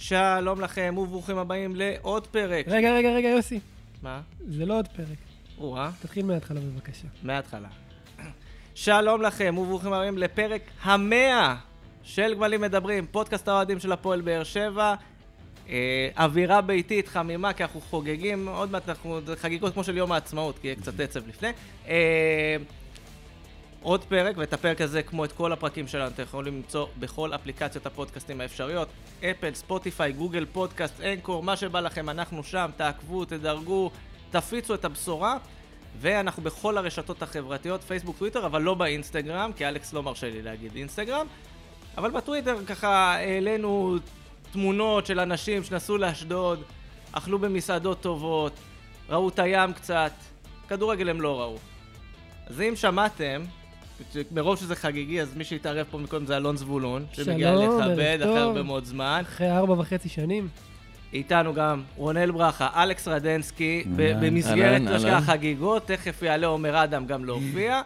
שלום לכם וברוכים הבאים לעוד פרק. רגע, יוסי. מה? זה לא עוד פרק. תתחיל מההתחלה בבקשה. מההתחלה. שלום לכם וברוכים הבאים לפרק 100 של גמלים מדברים, פודקאסט האוהדים של הפועל באר שבע. אווירה ביתית חמימה, כי אנחנו חוגגים, עוד מעט אנחנו חגיגות כמו של יום העצמאות, כי יהיה קצת עצב לפני. עוד פרק, ואת הפרק הזה, כמו את כל הפרקים שלנו, אתם יכולים למצוא בכל אפליקציות הפודקאסטים האפשריות, אפל, ספוטיפיי, גוגל פודקאסט, אנקור, מה שבא לכם, אנחנו שם, תעקבו, תדרגו, תפיצו את הבשורה, ואנחנו בכל הרשתות החברתיות, פייסבוק, טוויטר, אבל לא באינסטגרם, כי אלכס לא מרשה לי להגיד אינסטגרם, אבל בטוויטר ככה העלינו תמונות של אנשים שנסעו לאשדוד, אכלו במסעדות טובות, ראו את הים קצת, כדורגל הם לא ראו. אז אם שמעתם, מרוב שזה חגיגי, אז מי שהתערב פה מקודם זה אלון זבולון, שמגיע לכבד אחרי הרבה מאוד זמן. אחרי 4.5 שנים. איתנו גם רונל ברכה, אלכס רדנסקי, במסגרת החגיגות, תכף יעלה עומר אדם גם להופיע.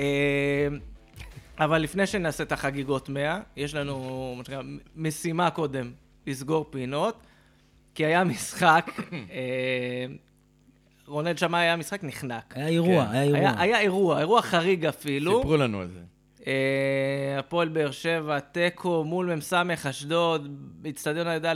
אבל לפני שנעשה את החגיגות 100, יש לנו משימה קודם, לסגור פינות, כי היה משחק, רונל שמע היה משחק נחנק. היה אירוע חריג אפילו. סיפרו לנו על זה. הפועל באר שבע, טקו, מול ממסמך, אשדוד, באצטדיון הי"א.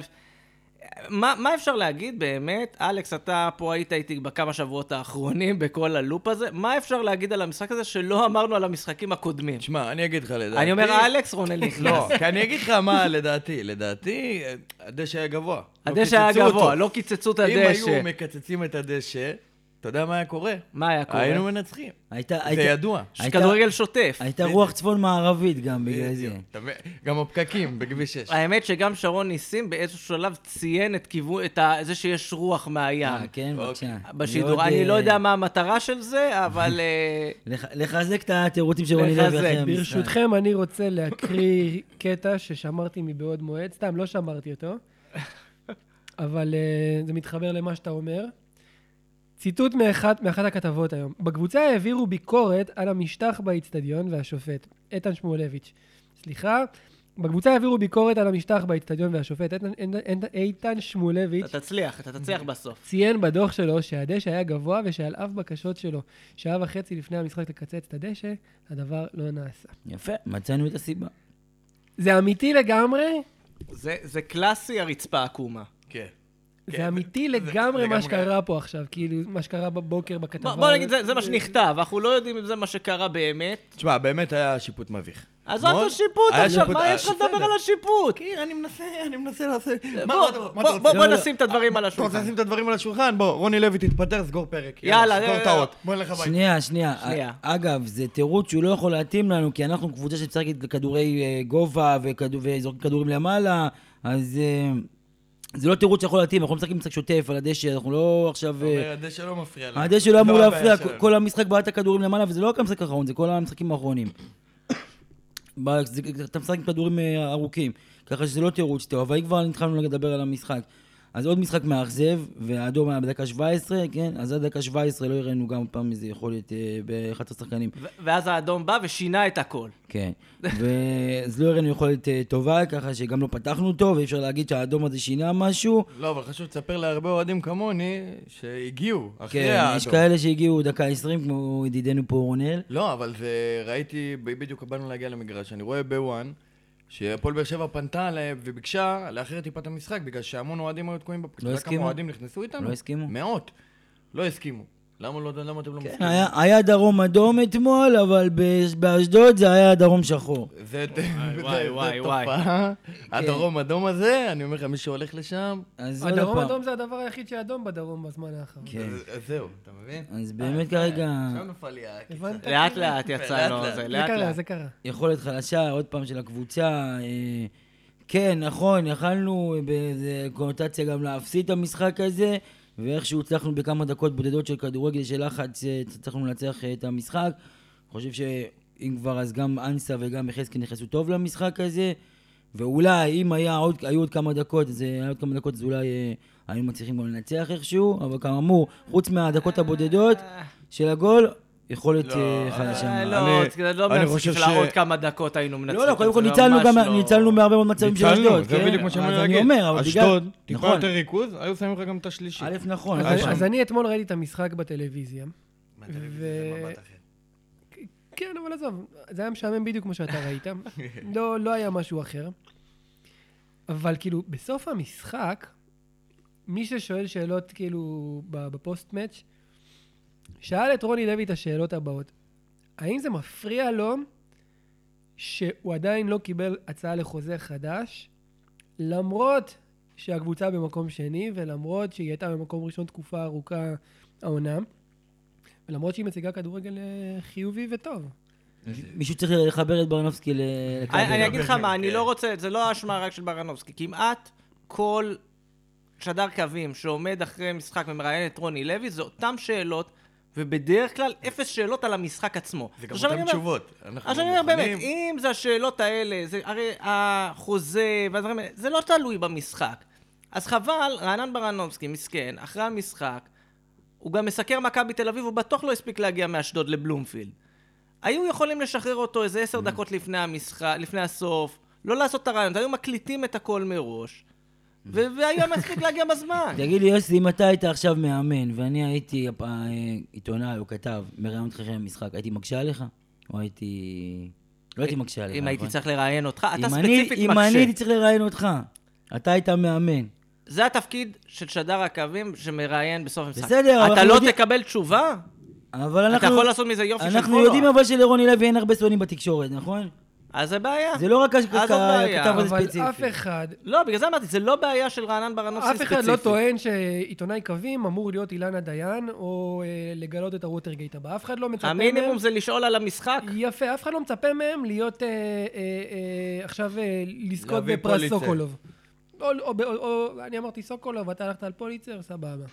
מה אפשר להגיד באמת? אלכס, אתה פה היית איתי בכמה שבועות האחרונים בכל הלופ הזה. מה אפשר להגיד על המשחק הזה שלא אמרנו על המשחקים הקודמים? תשמע, אני אגיד לך לדעתי. אני אומר אלכס, רונל נכנס. לא, כי אני אגיד לך מה לדעתי. לדעתי, הדשא היה גבוה. הדשא היה גבוה, לא קיצצו את הדשא. אם היו מקצצים את הדשא, אתה יודע מה היה קורה? מה היה קורה? היינו מנצחים. זה ידוע. כדורגל שוטף. הייתה רוח צפון מערבית גם בגלל זה. גם הפקקים בכביש 6. האמת שגם שרון ניסים באיזשהו שלב ציין את זה שיש רוח מהים. כן, בבקשה. בשידור. אני לא יודע מה המטרה של זה, אבל... לחזק את התירוצים של רוני לוי אחרי המשחק. ברשותכם, אני רוצה להקריא קטע ששמרתי מבעוד מועד. סתם, לא שמרתי אותו. אבל זה מתחבר למה שאתה אומר. ציטוט מאחת הכתבות היום. בקבוצה העבירו ביקורת על המשטח באצטדיון והשופט, איתן שמואלביץ'. סליחה, בקבוצה העבירו ביקורת על המשטח באצטדיון והשופט, איתן שמואלביץ'. אתה תצליח בסוף. ציין בדוח שלו שהדשא היה גבוה ושעל אף בקשות שלו, 1.5 שעה לפני המשחק לקצץ את הדשא, הדבר לא נעשה. יפה, מצאנו את הסיבה. זה אמיתי לגמרי? זה קלאסי הרצפה עקומה. כן. זה אמיתי לגמרי מה שקרה פה עכשיו, כאילו מה שקרה בבוקר בכתבה. בוא נגיד, זה מה שנכתב, אנחנו לא יודעים אם זה מה שקרה באמת. תשמע, באמת היה שיפוט מביך. אז עוד השיפוט עכשיו, מה יש לך לדבר על השיפוט? כן, אני מנסה לעשות... בוא נשים את הדברים על השולחן. אתה רוצה לשים את הדברים על השולחן? בוא, רוני לוי תתפטר, סגור פרק. יאללה, סגור את האות. בוא נלך הביתה. שנייה. אגב, זה תירוץ שהוא לא יכול להתאים לנו, כי אנחנו קבוצה שמשחקת כדורי גובה וזורקים כדורים למעלה, אז... זה לא תירוץ שיכול להתאים, אנחנו משחקים משחק שוטף על הדשא, אנחנו לא עכשיו... הדשא לא מפריע לנו. הדשא לא אמור להפריע, כל המשחק בעט הכדורים למעלה, וזה לא רק המשחק האחרון, זה כל המשחקים האחרונים. אתה משחק עם כדורים ארוכים, ככה שזה לא תירוץ טוב, אבל כבר התחלנו לדבר על המשחק. אז עוד משחק מאכזב, והאדום היה בדקה 17, כן? אז עד דקה 17 לא הראינו גם פעם איזה יכולת באחת השחקנים. ואז האדום בא ושינה את הכל. כן, אז לא הראינו יכולת טובה, ככה שגם לא פתחנו טוב, ואפשר להגיד שהאדום הזה שינה משהו. לא, אבל חשוב לספר להרבה אוהדים כמוני, שהגיעו אחרי האדום. כן, יש כאלה שהגיעו דקה 20, כמו ידידנו פה רונל. לא, אבל ראיתי, בדיוק באנו להגיע למגרש, אני רואה בוואן, שהפועל באר שבע פנתה עליהם וביקשה לאחר טיפת המשחק, בגלל שהמון אוהדים היו תקועים בפקק. לא הסכימו. כמה אוהדים נכנסו איתנו? לא הסכימו. מאות. לא הסכימו. למה אתם לא מסכימים? היה דרום אדום אתמול, אבל באשדוד זה היה דרום שחור. זה תופעה. הדרום אדום הזה, אני אומר לך, מי שהולך לשם... הדרום אדום זה הדבר היחיד שאדום בדרום בזמן האחרון. זהו, אתה מבין? אז באמת כרגע... שם נפל לי הקיצה. לאט לאט יצאנו, זה קרה. יכולת חלשה, עוד פעם של הקבוצה. כן, נכון, יכלנו באיזו קונוטציה גם להפסיד את המשחק הזה, ואיכשהו הצלחנו בכמה דקות בודדות של כדורגל של לחץ, הצלחנו לנצח את המשחק. אני חושב שאם כבר אז גם אנסה וגם יחזקאל נכנסו טוב למשחק הזה, ואולי אם היו עוד כמה דקות, אז אולי היינו מצליחים גם לנצח איכשהו, אבל כאמור, חוץ מהדקות הבודדות של הגול, יכולת חדשה. לא חושב מהפסיק עוד כמה דקות היינו מנצחים. לא, קודם כל ניצלנו מהרבה מאוד מצבים של אשדוד. זה בדיוק מה שאני אז אני אומר, אבל בגלל... אשדוד, טיפה יותר ריכוז, היו שמים לך גם את השלישי. א', נכון. אז אני אתמול ראיתי את המשחק בטלוויזיה. מהטלוויזיה זה מבט אחר. כן, אבל עזוב, זה היה משעמם בדיוק כמו שאתה ראית. לא היה משהו אחר. אבל כאילו, בסוף המשחק, מי ששואל שאלות כאילו בפוסט-מאץ', שאל את רוני לוי את השאלות הבאות. האם זה מפריע לו שהוא עדיין לא קיבל הצעה לחוזה חדש, למרות שהקבוצה במקום שני, ולמרות שהיא הייתה במקום ראשון תקופה ארוכה העונה, ולמרות שהיא מציגה כדורגל חיובי וטוב. מישהו צריך לחבר את ברנובסקי אני אגיד לך מה, אני לא רוצה, זה לא האשמה רק של ברנובסקי. כמעט כל שדר קווים שעומד אחרי משחק ומראיין את רוני לוי, זה אותם שאלות, ובדרך כלל 0 שאלות על המשחק עצמו. זה גם אותם תשובות. אז אני אומר באמת, אם זה השאלות האלה, זה הרי החוזה, זה לא תלוי במשחק. אז חבל, רענן ברנובסקי, מסכן, אחרי המשחק, הוא גם מסקר מכבי תל אביב, הוא בטוח לא הספיק להגיע מאשדוד לבלומפילד. היו יכולים לשחרר אותו איזה 10 דקות לפני המשחק, לפני הסוף, לא לעשות את הרעיון, היו מקליטים את הכל מראש, והיה מספיק להגיע בזמן. תגיד לי, יוסי, אם אתה היית עכשיו מאמן, ואני הייתי עיתונאי או כתב, מראיין אותך אחרי המשחק, הייתי מקשה עליך? או הייתי... לא הייתי מקשה עליך. אם הייתי צריך לראיין אותך, אתה ספציפית מקשה. אם אני הייתי צריך לראיין אותך, אתה היית מאמן. זה התפקיד של שדר הקווים שמראיין בסוף המשחק. בסדר, אתה לא תקבל תשובה? אבל אתה יכול לעשות מזה יופי של אנחנו יודעים אבל שלרוני לוי אין הרבה סונים בתקשורת, נכון? אז זה בעיה. זה לא רק הכתב הזה ספציפי. אבל אף אחד... לא, בגלל זה אמרתי, זה לא בעיה של רענן ברנובסקי ספציפי. אף אחד לא טוען שעיתונאי קווים אמור להיות אילנה דיין, או לגלות את הווטרגייט הבא. אף אחד לא מצפה מהם... המינימום זה לשאול על המשחק. יפה, אף אחד לא מצפה מהם להיות עכשיו לזכות בפרס סוקולוב. או אני אמרתי סוקולוב, אתה הלכת על פוליצר, סבבה.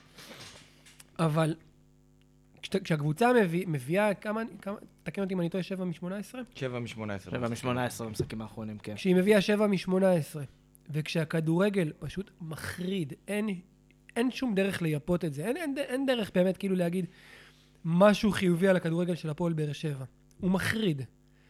אבל כשהקבוצה מביאה כמה, תקן אותי אם אני טועה, 7 מ-18? 7 מ-18. 7 מ-18 במשחקים האחרונים, כן. כשהיא מביאה 7 מ-18, וכשהכדורגל פשוט מחריד, אין שום דרך לייפות את זה, אין דרך באמת כאילו להגיד משהו חיובי על הכדורגל של הפועל באר שבע. הוא מחריד.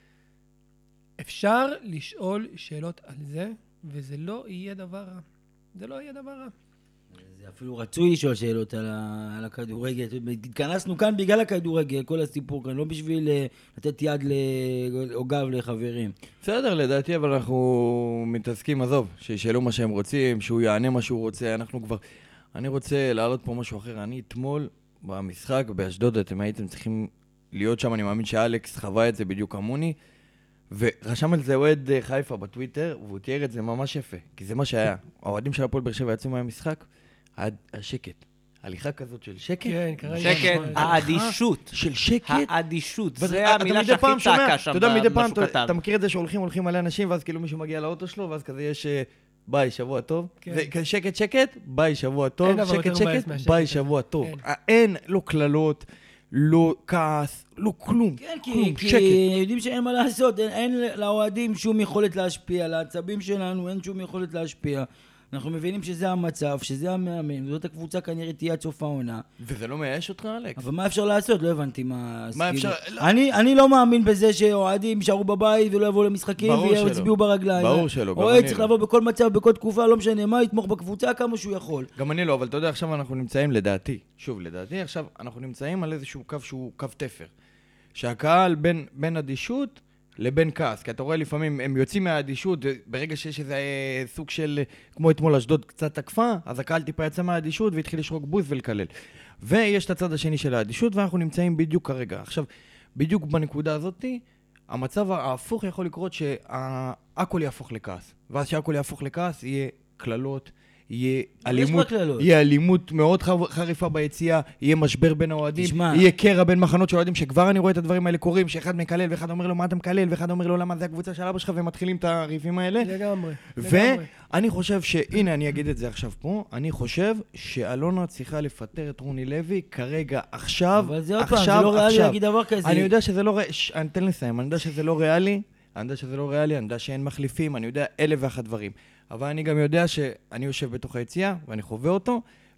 אפשר לשאול שאלות על זה, וזה לא יהיה דבר רע. זה לא יהיה דבר רע. זה אפילו רצוי לשאול שאלות על הכדורגל. התכנסנו כאן בגלל הכדורגל, כל הסיפור כאן, לא בשביל לתת יד או גב לחברים. בסדר, לדעתי, אבל אנחנו מתעסקים, עזוב, שישאלו מה שהם רוצים, שהוא יענה מה שהוא רוצה, אנחנו כבר... אני רוצה להעלות פה משהו אחר. אני אתמול במשחק באשדוד, אתם הייתם צריכים להיות שם, אני מאמין שאלכס חווה את זה בדיוק כמוני, ורשם על זה אוהד חיפה בטוויטר, והוא תיאר את זה ממש יפה, כי זה מה שהיה. האוהדים של הפועל באר שבע יצאו מהמשחק, השקט. הליכה כזאת של שקט. כן, שקט, האדישות. של שקט. האדישות, זה המילה שהכי צעקה שם. אתה יודע, מדי פעם, אתה מכיר את זה שהולכים מלא אנשים, ואז כאילו מישהו מגיע לאוטו שלו, ואז כזה יש ביי, שבוע טוב. שקט, שקט, ביי, שבוע טוב. שקט, שקט, ביי, שבוע טוב. אין, לא כללות. לא כעס, לא כלום, כן, כלום, כי שקט. יודעים שאין מה לעשות, אין לאוהדים שום יכולת להשפיע, לעצבים שלנו אין שום יכולת להשפיע. אנחנו מבינים שזה המצב, שזה המאמן, וזאת הקבוצה כנראה תהיה עד סוף העונה. וזה לא מייאש אותך, אלכס? אבל מה אפשר לעשות? לא הבנתי מה... מה אפשר... אני לא מאמין בזה שאוהדים יישארו בבית ולא יבואו למשחקים ויצביעו ברגליים. ברור שלא, גם אני לא. אוהד צריך לבוא בכל מצב, בכל תקופה, לא משנה מה, יתמוך בקבוצה כמה שהוא יכול. גם אני לא, אבל אתה יודע, עכשיו אנחנו נמצאים, לדעתי, עכשיו אנחנו נמצאים על איזשהו קו שהוא קו תפר. שהקהל בין אדישות לבין כעס, כי אתה רואה לפעמים הם יוצאים מהאדישות, ברגע שיש איזה סוג של, כמו אתמול אשדוד קצת תקפה, אז הקהל טיפה יצא מהאדישות והתחיל לשרוק בוז ולקלל. ויש את הצד השני של האדישות, ואנחנו נמצאים בדיוק כרגע. עכשיו, בדיוק בנקודה הזאת, המצב ההפוך יכול לקרות שהכל יהפוך לכעס. ואז שהכל יהפוך לכעס, יהיה כללות, יהיה אלימות מאוד חריפה ביציאה, יהיה משבר בין האוהדים, יהיה קרע בין מחנות של אוהדים, שכבר אני רואה את הדברים האלה קורים, שאחד מקלל ואחד אומר לו מה אתה מקלל, ואחד אומר לו למה זה הקבוצה של אבא שלך, ומתחילים את הריבים האלה. לגמרי. ואני חושב שהנה אני אגיד את זה עכשיו פה, אני חושב שאלונה צריכה לפטר את רוני לוי כרגע, עכשיו. אבל זה עוד פעם, זה לא ריאלי להגיד דבר כזה. אני יודע שזה לא ריאלי, תן לסיים, אני יודע שזה לא ריאלי, אני יודע שאין מחליפים, אני יודע 1,001 דברים. אבל אני גם יודע שאני יושב בתוך היציאה, ואני חווה אותו,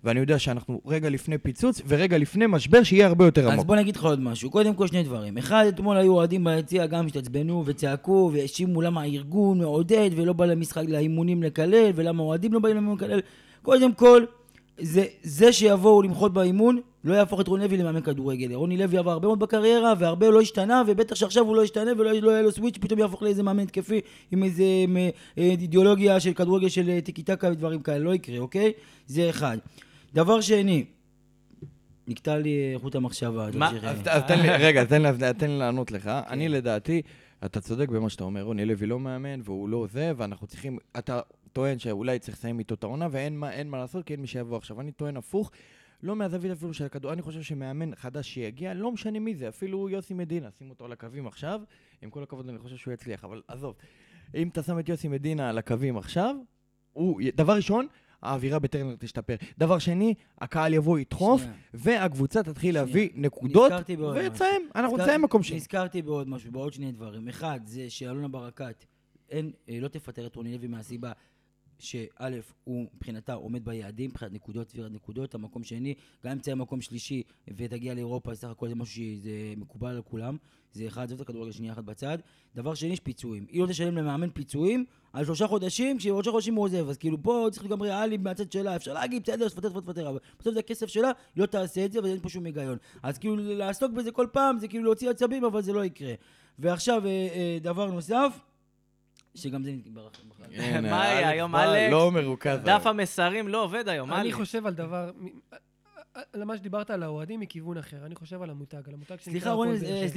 ואני יודע שאנחנו רגע לפני פיצוץ, ורגע לפני משבר שיהיה הרבה יותר עמוק. אז בוא נגיד לך עוד משהו. קודם כל שני דברים. אחד, אתמול היו אוהדים ביציע גם שהתעצבנו וצעקו, והאשימו למה הארגון מעודד, ולא בא למשחק לאימונים לקלל, ולמה אוהדים לא באים לאימונים לקלל. קודם כל, זה שיבואו למחות באימון, לא יהפוך את רוני לוי למאמן כדורגל. רוני לוי עבר הרבה מאוד בקריירה, והרבה לא השתנה, ובטח שעכשיו הוא לא ישתנה, ולא יהיה לו סוויץ', פתאום יהפוך לאיזה מאמן תקפי, עם איזה אידיאולוגיה של כדורגל של טיקי-טקה ודברים כאלה. לא יקרה, אוקיי? זה אחד. דבר שני, נקטע לי חוט המחשבה. אז תן לי, רגע, תן לי לענות לך. אני לדעתי, אתה צודק במה שאתה אומר, רוני לוי לא מאמן, והוא לא זה, ואנחנו צריכים, אתה טוען שאולי צריך לסיים איתו את העונה, ואין מה לעשות, כי אין מי שיבוא עכשיו. אני טוען הפוך, לא מהזווית אפילו של הכדור, אני חושב שמאמן חדש שיגיע, לא משנה מי זה, אפילו יוסי מדינה, שים אותו על הקווים עכשיו, עם כל הכבוד אני חושב שהוא יצליח, אבל עזוב, אם אתה שם את יוסי מדינה על הקווים עכשיו, דבר ראשון, האווירה בטרנר תשתפר. דבר שני, הקהל יבוא ידחוף, והקבוצה תתחיל להביא נקודות, ויצאים, אנחנו נצאים מקום שני. נזכרתי בעוד משהו, בעוד שני דברים. אחד, זה שאלונה ברקת, לא תפטר את רוני לוי מהסיבה, שא' הוא מבחינתה עומד ביעדים, מבחינת נקודות, צבירת נקודות, המקום שני, גם אם תהיה מקום שלישי ותגיע לאירופה, סך הכל זה משהו שזה מקובל על כולם, זה אחד, זאת הכדורגל שנייה אחת בצד. דבר שני, יש פיצויים. היא לא תשלם למאמן פיצויים על 3 חודשים, כשבעוד 3 חודשים הוא עוזב, אז כאילו פה צריך גם ריאלי מהצד שלה, אפשר להגיד, בסדר, תפטר, אבל בסוף זה הכסף שלה, היא לא תעשה את זה, ואין פה שום היגיון. אז כאילו לעסוק בזה כל פעם, זה כאילו להוציא עצבים, אבל זה לא יקרה. ועכשיו, דבר נוסף, שגם זה נתברח. מה היה היום, אלכס? לא מרוכז. דף המסרים לא עובד היום, אלכס. אני חושב על דבר, על מה שדיברת על האוהדים מכיוון אחר, אני חושב על המותג, סליחה, אלון,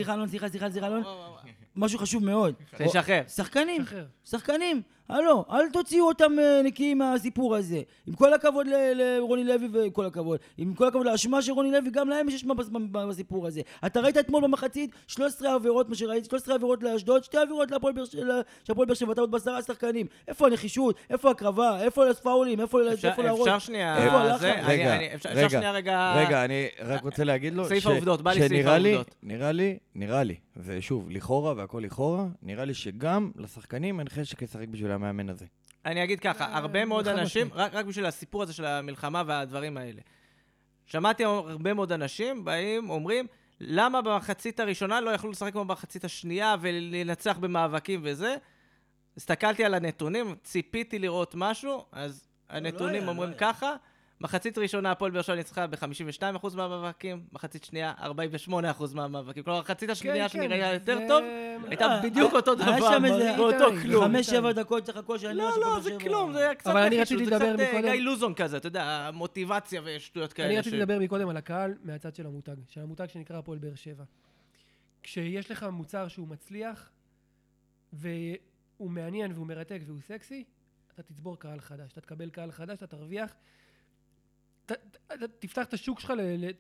משהו חשוב מאוד. תשחרר. שחקנים, הלו, אל תוציאו אותם נקיים מהסיפור הזה. עם כל הכבוד לרוני לוי וכל הכבוד, עם כל הכבוד לאשמה של רוני לוי, גם להם יש אשמה בסיפור הזה. אתה ראית אתמול במחצית 13 עבירות, מה שראית, 13 עבירות לאשדוד, 2 עבירות להפועל באר שבע, אתה עוד ב10 שחקנים. איפה הנחישות? איפה הקרבה? איפה הפאולים? איפה להראות? אפשר שנייה רגע, אני רק רוצה להגיד לו, סעיף העובדות, בא לי סעיף העובדות. נראה לי, ושוב, לכאורה והכל לכאורה, נראה לי שגם לשחקנים אין חשק לשחק בשביל המאמן הזה. אני אגיד ככה, הרבה מאוד אנשים, רק בשביל הסיפור הזה של המלחמה והדברים האלה. שמעתי הרבה מאוד אנשים באים, אומרים, למה במחצית הראשונה לא יכלו לשחק כמו במחצית השנייה ולנצח במאבקים וזה? הסתכלתי על הנתונים, ציפיתי לראות משהו, אז הנתונים אומרים ככה, מחצית ראשונה הפועל באר שבע ניצחה ב-52% מהמאבקים, מחצית שנייה 48% מהמאבקים. כלומר, מחצית השנייה שנראה יותר טוב, הייתה בדיוק אותו דבר, באותו כלום. 5-7 דקות צריך הכל שאני לא, זה כלום, זה היה קצת נחישות, זה קצת גיא לוזון כזה, אתה יודע, מוטיבציה ושטויות כאלה. אני רציתי לדבר מקודם על הקהל מהצד של המותג שנקרא הפועל באר שבע. כשיש לך מוצר שהוא מצליח, והוא מעניין והוא מרתק והוא סקסי, אתה תצבור קהל חדש, אתה תקבל קהל חדש, אתה תרוויח, תפתח את השוק שלך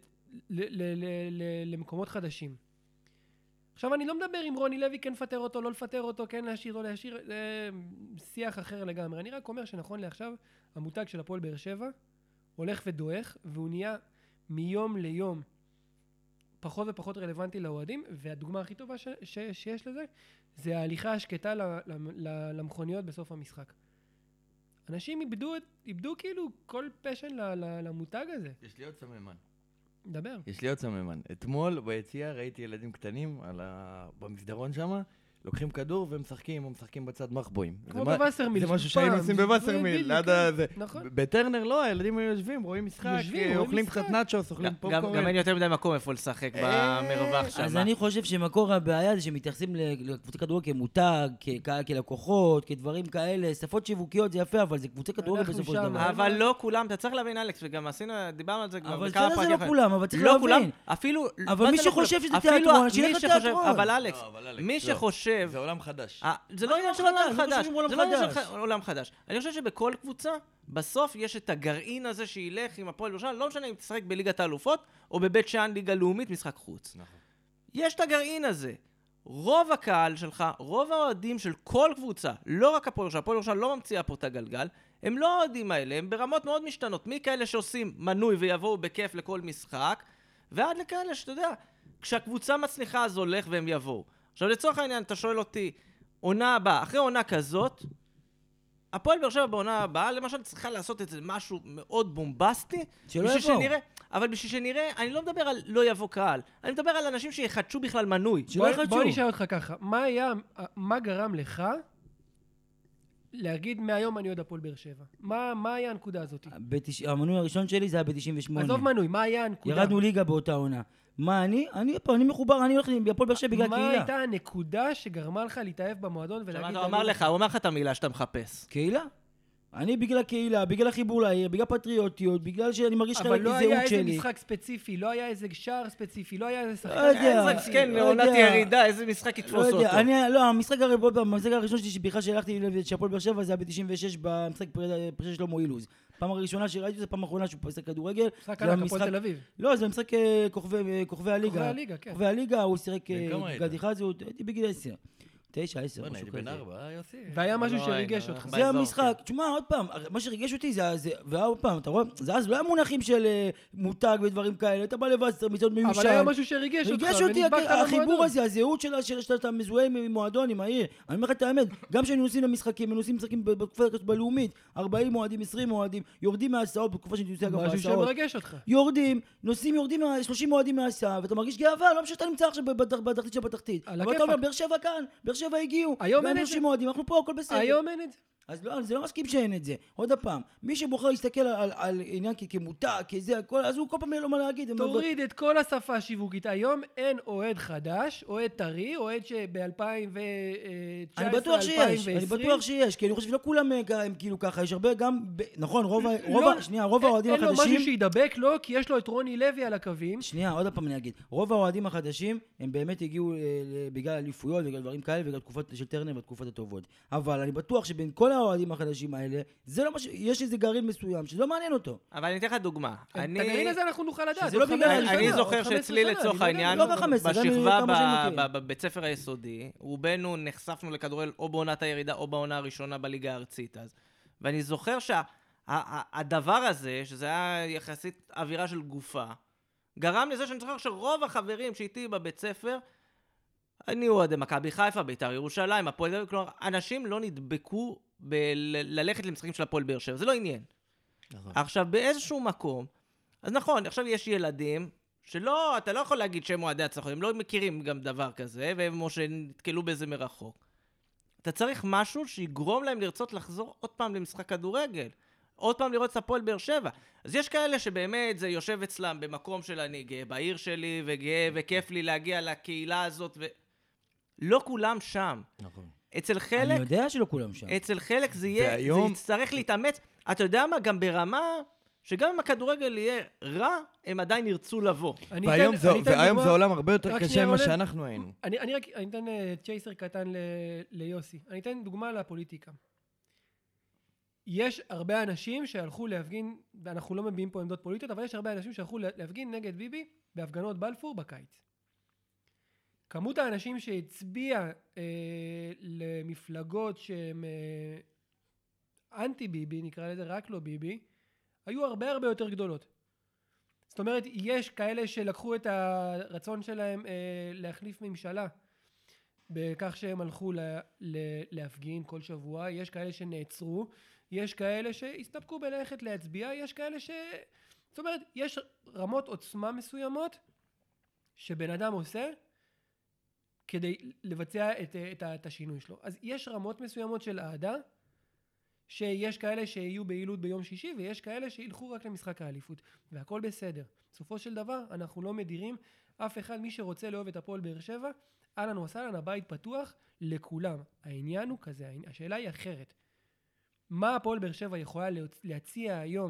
למקומות חדשים. עכשיו אני לא מדבר עם רוני לוי, כן לפטר אותו, לא לפטר אותו, כן להשאיר, לא להשאיר, זה שיח אחר לגמרי. אני רק אומר שנכון לעכשיו, המותג של הפועל באר שבע הולך ודועך, והוא נהיה מיום ליום פחות ופחות רלוונטי לאוהדים, והדוגמה הכי טובה שיש לזה, זה ההליכה השקטה למכוניות בסוף המשחק. אנשים איבדו כאילו כל פשן למותג הזה. יש לי עוד סממן. דבר. יש לי עוד סממן. אתמול ביציאה ראיתי ילדים קטנים במסדרון שם, לוקחים כדור ומשחקים, או משחקים בצד מחבואים. כמו בווסרמיל. זה משהו שהיינו עושים בווסרמיל. נכון. בטרנר לא, הילדים היו יושבים, רואים משחק, אוכלים קצת נאצ'וס, אוכלים פופקורן. גם אין יותר מדי מקום איפה לשחק במרווח שם. אז אני חושב שמקור הבעיה זה שמתייחסים לקבוצי כדורגל כמותג, כלקוחות, כדברים כאלה, שפות שיווקיות זה יפה, אבל זה קבוצי כדורגל בסופו של דבר. אבל לא כולם, אתה צריך להבין אלכס, וגם דיברנו על זה כבר. אבל זה לא כולם, אבל צריך להבין. אבל מי שחושב שזה תיאטרון, שילך לתיאטרון. אבל אלכס, מי שחושב זה עולם חדש. זה לא עניין של עולם חדש. זה לא עניין של עולם חדש. אני חושב שבכל קבוצה, בסוף יש את הגרעין הזה שילך עם הפועל ירושלים, לא משנה אם תשחק בליגת האלופות, או בבית שאן ליגה לאומית, משחק חוץ. נכון. יש את הגרעין הזה. רוב הקהל שלך, רוב האוהדים של כל קבוצה, לא רק הפועל ירושלים, הפועל ירושלים לא ממציאה פה את הגלגל, הם לא האוהדים האלה, הם ברמות מאוד משתנות. מכאלה שעושים מנוי ויבואו בכיף לכל משחק, ועד לכאלה שאתה יודע, כשהקבוצה מצליחה אז הולך והם יבואו. עכשיו לצורך העניין אתה שואל אותי, עונה הבאה, אחרי עונה כזאת, הפועל באר שבע בעונה הבאה, למשל צריכה לעשות את זה משהו מאוד בומבסטי, שלא בשביל יבואו. שנראה, אבל בשביל שנראה, אני לא מדבר על לא יבוא קהל, אני מדבר על אנשים שיחדשו בכלל מנוי. שלא יחדשו. בוא נשאל אותך ככה, מה גרם לך להגיד מהיום אני עוד הפועל באר שבע? מה היה הנקודה הזאת? המנוי הראשון שלי זה היה ב-98. עזוב מנוי, מה היה הנקודה? ירדנו ליגה באותה עונה. מה אני מחובר, אני הולך להפועל באר שבע בגלל מה קהילה. הייתה הנקודה שגרמה לך להתאהב במועדון ולהגיד... הוא אמר לך את המילה שאתה מחפש. קהילה? אני בגלל הקהילה, בגלל החיבור לעיר, בגלל פטריוטיות, בגלל שאני מרגיש חלק אבל לא מזהות היה איזה שלי. משחק ספציפי, לא היה איזה שער ספציפי, לא היה איזה שחקן... לא יודע. איזה כן, לא לעונת יודע. ירידה, איזה משחק יתפוס אותו. המשחק הראשון שלי שבכלל שהלכתי שהפועל באר שבע זה היה ב-96 במשחק פרישה של שלמה אילוז. פעם הראשונה שראיתי זה פעם האחרונה שהוא פסק כדורגל. משחק ענק, הפועל תל אביב. לא, זה משחק כוכבי הליגה. כוכבי הליגה, כן. כוכבי הליגה, הוא שיחק כמה היית? גדי חזות, הייתי בגיל 10. 9, 10, בוא משהו הייתי כזה. בן 4, יוסי. והיה משהו לא, שריגש לא, אותך. באזור, זה המשחק, תשמע עוד פעם, מה שריגש אותי זה, ועוד פעם, אתה רואה, זה אז לא היה מונחים של מותג ודברים כאלה, אתה בא לבד, אתה מצד מיושן. אבל היה משהו שריגש אותך, ריגש אותי ונדבקת החיבור למועדון. הזה, הזהות שאתה מזוהה עם מועדון, עם העיר. אני אומר לך את האמת, גם כשאני נוסעים למשחקים, אני נוסעים משחקים בתקופה בלאומית, 40 אוהדים, 20 אוהדים, יורדים מההסעות, בתקופה שאני נוסע גם משהו בהסעות. שמרגש אותך. יורדים 30 אוהדים מההסעה, ואתה מרגיש גאווה, לא משנה שאתה נמצא עכשיו בתחתית שבתחתית. על אבל אתה אומר, הכיפאק. באר שבע כאן, באר שבע הגיעו, היום אין גם את זה. 30 אוהדים, אנחנו פה, הכל בסדר. היום אין את זה. אז לא, זה לא מסכים שאין את זה. עוד פעם, מי שבוחר להסתכל על עניין כמותג, כזה, הכל, אז הוא כל פעם אין לו מה להגיד. תוריד את כל השפה השיווקית. היום אין אוהד חדש, אוהד טרי, אוהד שב-2019, אני בטוח שיש, אני בטוח שיש, כי אני חושב שלא כולם הם כאילו ככה, יש הרבה גם, נכון, רוב האוהדים אין לו משהו החדשים, שידבק לו, כי יש לו את רוני לוי על הקווים. שנייה, עוד פעם אני אגיד, רוב האוהדים החדשים, הם באמת הגיעו בגלל אליפויות, בגלל דברים כאלה, בגלל תקופות של טרנר והתקופות הטובות. אבל אני בטוח שבין כל האוהדים החדשים האלה, זה לא יש איזה גרעין מסוים, שזה לא מעניין אותו. אבל אני אתן לך דוגמה. את הגרעין הזה אנחנו נוכל לדעת. שזה לא בגלל אני זוכר שאצלי לצורך העניין, לא ב-15, בשכבה גם כמה שאני בבית ספר היסודי, רובנו נחשפנו לכדורגל או בעונת הירידה או בעונה הראשונה בליגה הארצית אז. ואני זוכר שהדבר הזה, שזה היה יחסית אווירה של גופה, גרם לזה שאני זוכר שרוב החברים שאיתי בבית ספר, אני אוהדי מכבי חיפה, בית"ר ירושלים, הפועל תל אביב, כלומר, אנשים לא נדבקו ללכת למשחקים של הפועל באר שבע, זה לא עניין. עכשיו, באיזשהו מקום, אז נכון, עכשיו יש ילדים שלא, אתה לא יכול להגיד שהם אוהדי הצלחות, הם לא מכירים גם דבר כזה, והם או שנתקלו בזה מרחוק. אתה צריך משהו שיגרום להם לרצות לחזור עוד פעם למשחק כדורגל, עוד פעם לראות את הפועל באר שבע. אז יש כאלה שבאמת זה יושב אצלם במקום של אני גאה בעיר שלי, וגאה וכיף לי להגיע לקהילה הזאת, לא כולם שם. נכון. אצל חלק... אני יודע שלא כולם שם. אצל חלק זה יהיה, והיום... זה יצטרך להתאמץ. אתה יודע מה? גם ברמה שגם אם הכדורגל יהיה רע, הם עדיין ירצו לבוא. והיום זה עולם הרבה יותר קשה ממה שאנחנו היינו. אני אתן צ'ייסר קטן ליוסי. אני אתן דוגמה לפוליטיקה. יש הרבה אנשים שהלכו להפגין, אנחנו לא מביאים פה עמדות פוליטיות, אבל יש הרבה אנשים שהלכו להפגין נגד ביבי בהפגנות בלפור בקיץ. כמות האנשים שהצביע למפלגות שהן אנטי ביבי, נקרא לזה רק לא ביבי, היו הרבה הרבה יותר גדולות. זאת אומרת, יש כאלה שלקחו את הרצון שלהם להחליף ממשלה, בכך שהם הלכו להפגין כל שבוע, יש כאלה שנעצרו, יש כאלה שהסתפקו בללכת להצביע, יש כאלה זאת אומרת, יש רמות עוצמה מסוימות שבן אדם עושה כדי לבצע את השינוי שלו. אז יש רמות מסוימות של אהדה, שיש כאלה שיהיו בעילות ביום שישי, ויש כאלה שילכו רק למשחק האליפות, והכל בסדר. בסופו של דבר, אנחנו לא מדירים אף אחד, מי שרוצה לאהוב את הפועל באר שבע, אהלן וסהלן, הבית פתוח לכולם. העניין הוא כזה, השאלה היא אחרת. מה הפועל באר שבע יכולה להציע היום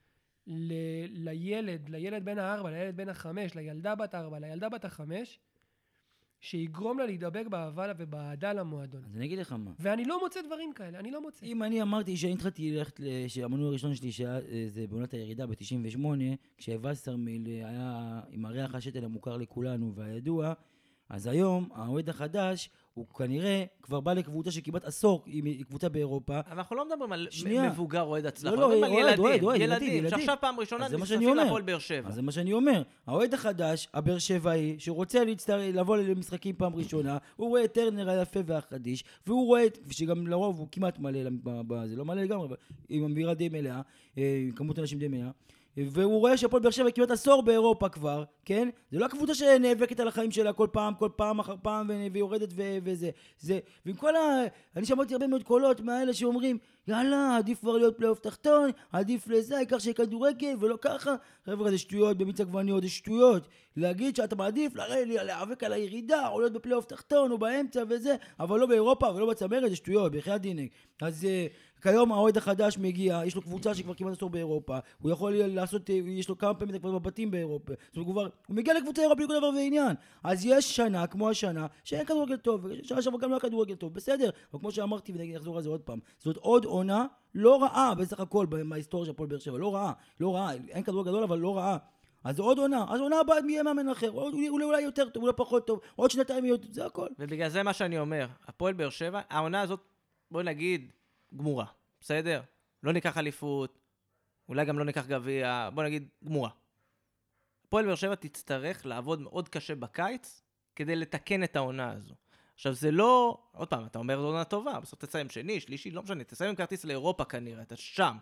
לילד בן 4, לילד בן 5, לילדה בת 4, לילדה בת 5, שיגרום לה להידבק באהבה ובאהדה למועדון. אז אני אגיד לך מה. ואני לא מוצא דברים כאלה, אני לא מוצא. אם אני אמרתי שאני התחלתי ללכת, שהמנוי הראשון שלי, שזה בעונת הירידה ב-98, כשווסרמיל היה עם הריח השתל המוכר לכולנו והידוע, אז היום, האוהד החדש, הוא כנראה כבר בא לקבוצה שכמעט עשור, היא קבוצה באירופה. אבל אנחנו לא מדברים על שנייה. מבוגר אוהד הצלחה, לא, אנחנו מדברים על אוהד, ילדים, שעכשיו פעם ראשונה נחשפים להפועל באר שבע. אז זה מה שאני אומר. האוהד החדש, הבאר שבעי, שרוצה לבוא למשחקים פעם ראשונה, הוא רואה את טרנר היפה והחדיש, והוא רואה, שגם לרוב הוא כמעט מלא, זה לא מלא לגמרי, אבל עם אווירה די מלאה, עם כמות אנשים די מלאה, והוא רואה שהפועל באר שבע כמעט עשור באירופה כבר, כן? זה לא הקבוצה שנאבקת על החיים שלה כל פעם אחר פעם, ויורדת וזה. ועם כל אני שמעתי הרבה מאוד קולות מהאלה שאומרים, יאללה, עדיף כבר להיות פלייאוף תחתון, עדיף לזה, העיקר שיהיה כדורגל, ולא ככה. חבר'ה, זה שטויות, במיץ עגבניות, זה שטויות. להגיד שאתה מעדיף להיאבק על הירידה, או להיות בפלייאוף תחתון, או באמצע וזה, אבל לא באירופה, ולא בצמרת, זה שטויות, בחייאת דינק. אז כיום האוהד החדש מגיע, יש לו קבוצה שכבר כמעט עשור באירופה, הוא יכול לעשות, יש לו כמה פעמים כבר בבתים באירופה, זאת אומרת, הוא מגיע לקבוצה אירופה בלי כל דבר ועניין. אז יש שנה, כמו השנה, שאין כדורגל טוב, שנה שעברה גם לא היה כדורגל טוב, בסדר, אבל כמו שאמרתי, ונחזור על זה עוד פעם, זאת עוד עונה לא רעה, בסך הכל, בהיסטוריה של הפועל באר שבע, לא רעה, אין כדורגל גדול, אבל לא רעה. אז עוד עונה, אז עונה הבאה יהיה מאמן אחר, אולי יותר טוב, אולי פחות טוב, עוד שנתיים יהיה, זה הכל. ובגלל זה מה שאני אומר, הפועל באר שבע, העונה הזאת, בוא נגיד, גמורה, בסדר? לא ניקח אליפות, אולי גם לא ניקח גביע, בוא נגיד, גמורה. הפועל באר שבע תצטרך לעבוד מאוד קשה בקיץ, כדי לתקן את העונה הזו. עכשיו זה לא, עוד פעם, אתה אומר זו עונה טובה, בסוף תסיים שני, שלישי, לא משנה, תסיים עם כרטיס לאירופה כנראה, אתה שם.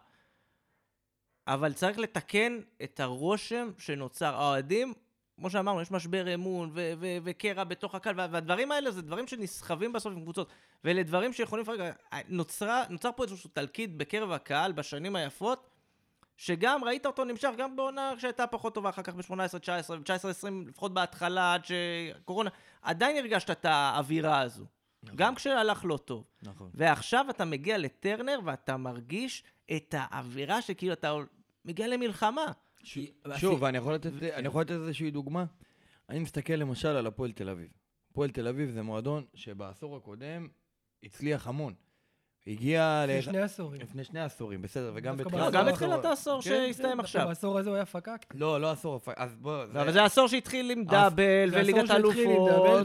אבל צריך לתקן את הרושם שנוצר. האוהדים, כמו שאמרנו, יש משבר אמון וקרע בתוך הקהל, והדברים האלה זה דברים שנסחבים בסוף עם קבוצות, ואלה דברים שיכולים, נוצר פה איזשהו תלכיד בקרב הקהל בשנים היפות, שגם ראית אותו נמשך גם בעונה שהייתה פחות טובה, אחר כך ב-18-19, ב-19-20, לפחות בהתחלה, עד שקורונה, עדיין הרגשת את האווירה הזו. נכון. גם כשהלך לא טוב. נכון. ועכשיו אתה מגיע לטרנר, ואתה מרגיש את האווירה שכאילו אתה מגיע למלחמה. שוב, אני יכול לתת איזושהי דוגמה. אני מסתכל למשל על הפועל תל אביב. הפועל תל אביב זה מועדון שבעשור הקודם הצליח המון. הגיע לפני 2 עשורים, בסדר, וגם גם בתחילת העשור שהסתיים עכשיו. בעשור הזה הוא היה פקק. לא עשור, אז בוא... אבל זה העשור שהתחיל עם דאבל וליגת אלופות.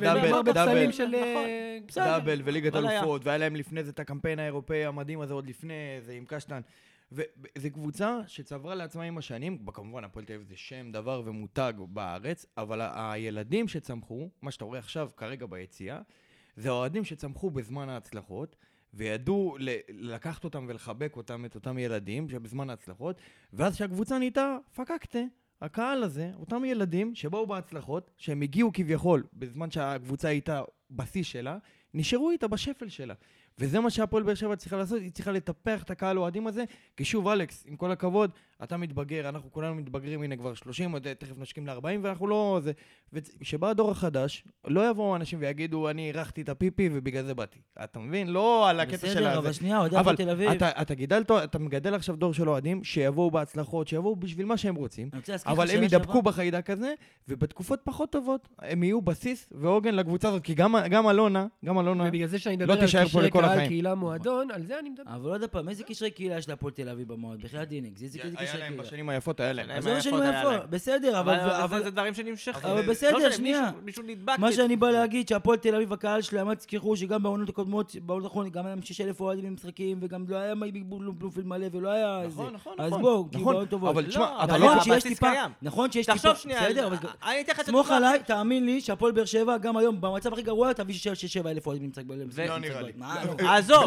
דאבל וליגת אלופות, והיה להם לפני זה את הקמפיין האירופאי המדהים הזה עוד לפני זה עם קשטן. וזו קבוצה שצברה לעצמה עם השנים, כמובן הפועל תל אביב זה שם דבר ומותג בארץ, אבל הילדים שצמחו, מה שאתה רואה עכשיו כרגע ביציאה, זה האוהדים שצמחו בזמן ההצלחות, וידעו לקחת אותם ולחבק אותם, את אותם ילדים שבזמן ההצלחות, ואז שהקבוצה נהייתה פקקטה, הקהל הזה, אותם ילדים שבאו בהצלחות, שהם הגיעו כביכול בזמן שהקבוצה הייתה בשיא שלה, נשארו איתה בשפל שלה. וזה מה שהפועל באר שבע צריכה לעשות, היא צריכה לטפח את הקהל האוהדים הזה, כי שוב אלכס, עם כל הכבוד, אתה מתבגר, אנחנו כולנו מתבגרים, הנה כבר 30, עוד תכף נשקים ל-40, ואנחנו לא... ושבא הדור החדש, לא יבואו אנשים ויגידו, אני ערכתי את הפיפי ובגלל זה באתי. אתה מבין? לא על הקטע של הזה. אבל שנייה, אוהדי הפועל תל אביב. אתה מגדל עכשיו דור של אוהדים, שיבואו בהצלחות, שיבואו בשביל מה שהם רוצים, אבל הם ידבקו בחיידק הזה, ובתקופות פחות טובות, הם יהיו בסיס ועוגן לקבוצה הזאת, כי גם אלונה, ובגלל זה שאני מדבר על קשרי קהל, קהילה מועדון, על זה אני מדבר. אבל עוד פעם, איזה קשרי קהילה יש להפועל תל אביב במועד? בחייאת דינק, היה להם בשנים היפות, היה להם. אז בשנים היפות, בסדר, אבל זה דברים שנמשכים. אבל בסדר, שנייה. מישהו נדבק. מה שאני בא להגיד, שהפועל תל אביב הקהל שלהם, תזכרו שגם בעונות הקודמות, בעונות האחרונות, גם היה להם 6,000 אוהדים במשחקים, וגם לא היה בלומפילד מלא, ולא היה איזה. אז בואו, כי בעונות טובות. אבל תשמע, אתה לא... נכון שיש טיפה, בסדר, אבל סמוך עליי, תאמין לי שהפועל באר שבע, גם היום, במצב הכי גרוע, תביא 6,000 אוהדים במשחק. לא נראה לי. עזוב.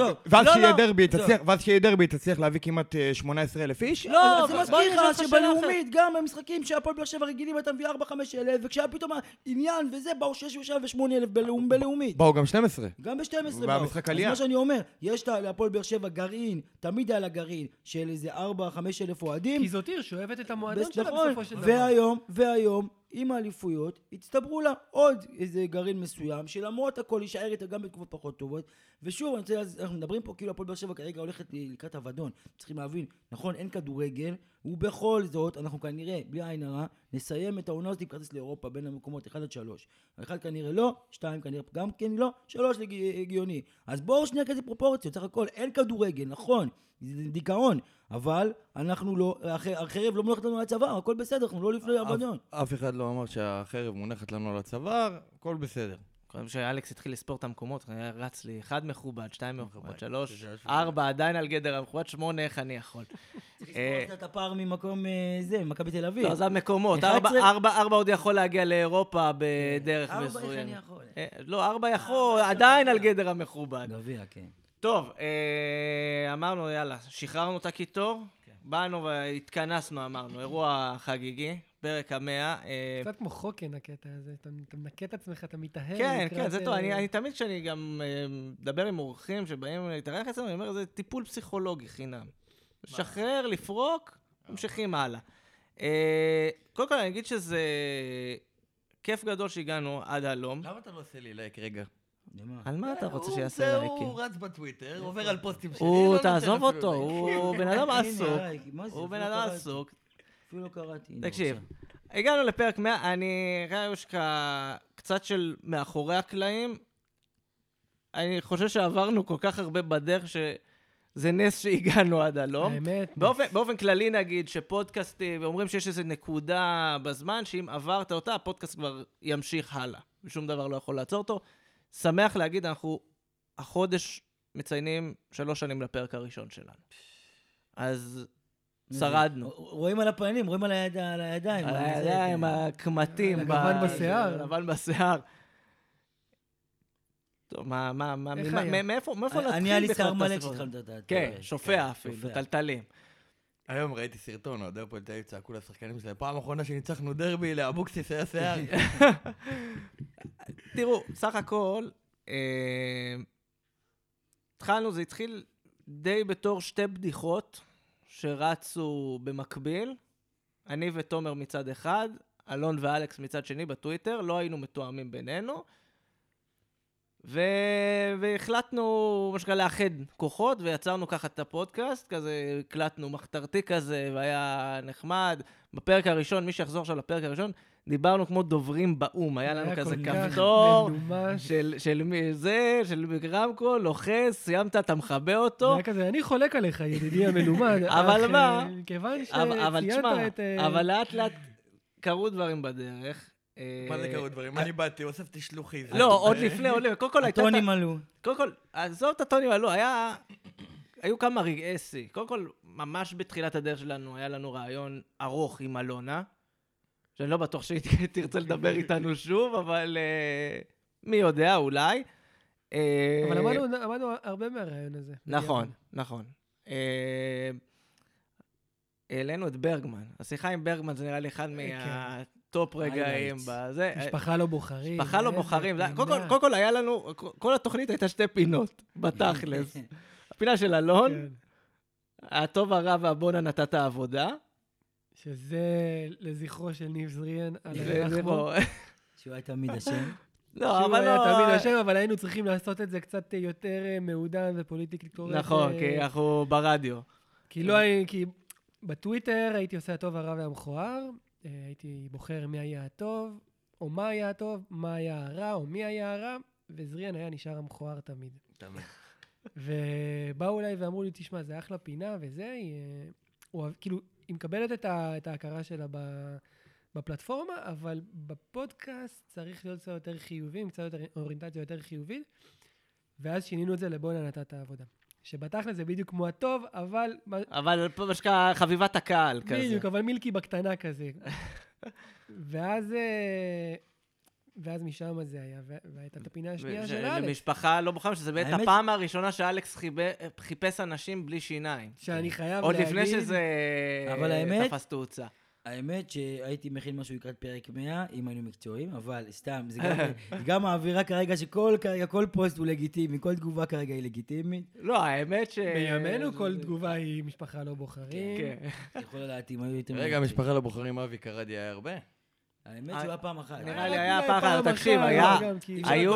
ואז שיהיה דרבי, תצליח להביא כמעט 18,000 איש? לא, זה מזכיר לך שבלאומית, גם במשחקים שהפועל באר שבע רגילים, אתה מביא 4-5 אלף, וכשהיה פתאום העניין וזה, באו 6,000 בלאומית. באו גם 12. גם ב-12 באו. והמשחק עלייה. אז מה שאני אומר, יש להפועל באר שבע גרעין, תמיד היה לה גרעין, של איזה 4-5 אלף אוהדים. כי זאת עיר שאוהבת את המועדון שלה בסופו של דבר. והיום, עם האליפויות, הצטברו לה עוד איזה גרעין מסוים, שלמרות הכל יישאר איתה גם בתקופות פחות טובות. ושוב, אנחנו מדברים פה כאילו הפועל באר שבע כרגע הולכת לקראת אבדון. צריכים להבין, נכון, אין כדורגל, ובכל זאת, אנחנו כנראה, בלי עין הרע, נסיים את העונה הזאת עם כרטיס לאירופה בין המקומות 1 עד 3. 1 כנראה לא, 2 כנראה גם כן לא, 3 הגיוני. אז בואו שנייה כזה פרופורציות, סך הכל, אין כדורגל, נכון, זה דיכאון, אבל אנחנו לא, החרב לא מונחת לנו על הצוואר, הכל בסדר, אנחנו לא לפני אבדון. אף אחד לא אמר שהחרב מונחת לנו על הצוואר, הכל בסדר. קודם שאלכס התחיל לספור את המקומות, היה רץ לי 1 מכובד, 2 מכובד, 3, 4, עדיין על גדר המכובד, 8, איך אני יכול? צריך לספור את הפער ממקום זה, מכבי תל אביב. לא, זה המקומות, 4 עוד יכול להגיע לאירופה בדרך מסוים. 4 איך אני יכול? לא, 4 יכול, עדיין על גדר המכובד. גביע, כן. טוב, אמרנו, יאללה, שחררנו את הקיטור, באנו והתכנסנו, אמרנו, אירוע חגיגי. פרק 100. קצת כמו חוקן הקטע הזה, אתה מנקה את עצמך, אתה מתאהב. כן, כן, זה טוב. אני תמיד כשאני גם מדבר עם אורחים שבאים להתארח אצלנו, אני אומר, זה טיפול פסיכולוגי חינם. לשחרר, לפרוק, ממשיכים הלאה. קודם כל אני אגיד שזה כיף גדול שהגענו עד הלום. למה אתה לא עושה לי לייק רגע? על מה אתה רוצה שיעשה לייקים? הוא רץ בטוויטר, עובר על פוסטים שלי. הוא, תעזוב אותו, הוא בן אדם עסוק. הוא בן אדם עסוק. אפילו לא קראתי. תקשיב, הגענו לפרק 100, אני חושב שקצת של מאחורי הקלעים, אני חושב שעברנו כל כך הרבה בדרך שזה נס שהגענו עד הלום. האמת. באופן כללי נגיד שפודקאסטים, ואומרים שיש איזו נקודה בזמן, שאם עברת אותה, הפודקאסט כבר ימשיך הלאה, ושום דבר לא יכול לעצור אותו. שמח להגיד, אנחנו החודש מציינים 3 שנים לפרק הראשון שלנו. אז שרדנו. רואים על הפנים, רואים על הידיים. על הידיים, הקמטים. לבן בשיער. לבן בשיער. טוב, מאיפה נתחיל? אני היה לי שיער מלא כשהתחלנו את זה. כן, שופע אפילו, טלטלים. היום ראיתי סרטון, אוהדי הפועל תל אביב צעקו לשחקנים שלהם, פעם אחרונה שניצחנו דרבי, לאבוקסיס היה שיער. תראו, סך הכל, התחלנו, זה התחיל די בתור 2 בדיחות, שרצו במקביל, אני ותומר מצד אחד, אלון ואלכס מצד שני בטוויטר, לא היינו מתואמים בינינו, והחלטנו, משקע, לאחד כוחות, ויצרנו ככה את הפודקאסט, כזה, הקלטנו מחתרתי כזה, והיה נחמד. בפרק הראשון, מי שיחזור עכשיו לפרק הראשון, דיברנו כמו דוברים באום, היה לנו כזה כפתור, של רמקול, לוחס, סיימת, אתה מכבה אותו. זה היה כזה, אני חולק עליך, ידידי המלומד. אבל מה? כיוון שציינת את... אבל לאט לאט קרו דברים בדרך. מה זה קרו דברים? אני באתי, הוספתי שלוחי. לא, עוד לפני, קודם כל הייתה... הטונים עלו. קודם כל, עזוב את הטונים עלו, היו כמה רגעי שיא. קודם כל, ממש בתחילת הדרך שלנו, היה לנו רעיון ארוך עם אלונה, שאני לא בטוח שהיא תרצה לדבר איתנו שוב, אבל מי יודע, אולי. אבל למדנו הרבה מהרעיון הזה. נכון, נכון. העלינו את ברגמן. השיחה עם ברגמן זה נראה לי אחד מהטופ רגעים בזה. משפחה לא בוחרים. משפחה לא בוחרים. קודם כל היה לנו, כל התוכנית הייתה 2 פינות, בתכלס. הפינה של אלון, הטוב הרע והבונה נתת העבודה. שזה לזכרו של ניב זריאן. שהוא היה תמיד השם. לא, אבל שהוא היה תמיד השם, אבל היינו צריכים לעשות את זה קצת יותר מעודן ופוליטיקלי קורקט. נכון, כי אנחנו ברדיו. כי בטוויטר הייתי עושה הטוב, הרע והמכוער, הייתי בוחר מי היה הטוב, או מה היה הטוב, מה היה הרע, או מי היה הרע, וזריאן היה נשאר המכוער תמיד. תמיד. ובאו אליי ואמרו לי, תשמע, זה אחלה פינה, וזה, כאילו, היא מקבלת את ההכרה שלה בפלטפורמה, אבל בפודקאסט צריך להיות קצת יותר חיובי, קצת יותר אוריינטציה יותר חיובית, ואז שינינו את זה לבונה נתת העבודה. שבתכל'ס זה בדיוק כמו הטוב, אבל... אבל פה משקע חביבת הקהל כזה. בדיוק, אבל מילקי בקטנה כזה. ואז משם זה היה, והייתה את הפינה השנייה של אלכס. למשפחה לא בוחרים, שזה באמת הפעם הראשונה שאלכס חיפש אנשים בלי שיניים. שאני חייב להגיד... עוד לפני שזה תפס תאוצה. האמת שהייתי מכין משהו לקראת פרק 100, אם היינו מקצועיים, אבל סתם, זה גם האווירה כרגע שכל פוסט הוא לגיטימי, כל תגובה כרגע היא לגיטימית. לא, האמת ש... בימינו כל תגובה היא משפחה לא בוחרים. כן. יכולה להתאים, היו יותר... רגע, משפחה לא בוחרים, אבי קרדי היה הרבה? האמת שהוא היה פעם אחת. נראה לי היה פעם אחת, תקשיב, היו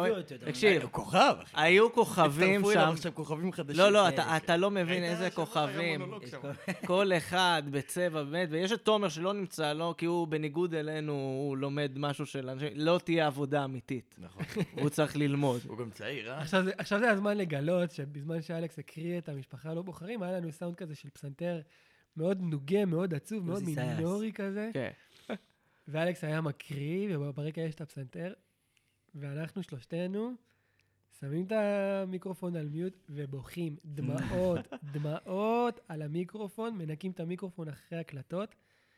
כוכב, אחי. היו כוכבים הצטרפו אליו שם. עכשיו כוכבים חדשים. לא, אתה לא מבין איזה כוכבים. כל אחד בצבע, באמת, ויש את תומר שלא נמצא, לא, כי הוא בניגוד אלינו, הוא לומד משהו של אנשים, לא תהיה עבודה אמיתית. נכון. הוא צריך ללמוד. הוא גם צעיר, אה? עכשיו זה הזמן לגלות שבזמן שאלכס הקריא את המשפחה הלא בוחרים, היה לנו סאונד כזה של פסנתר מאוד נוגה, מאוד עצוב, מאוד מינורי כזה. כן. ואלכס היה מקריא, וברקע יש את הפסנתר, ואנחנו שלושתנו שמים את המיקרופון על מיוט ובוכים דמעות על המיקרופון, מנקים את המיקרופון אחרי הקלטות.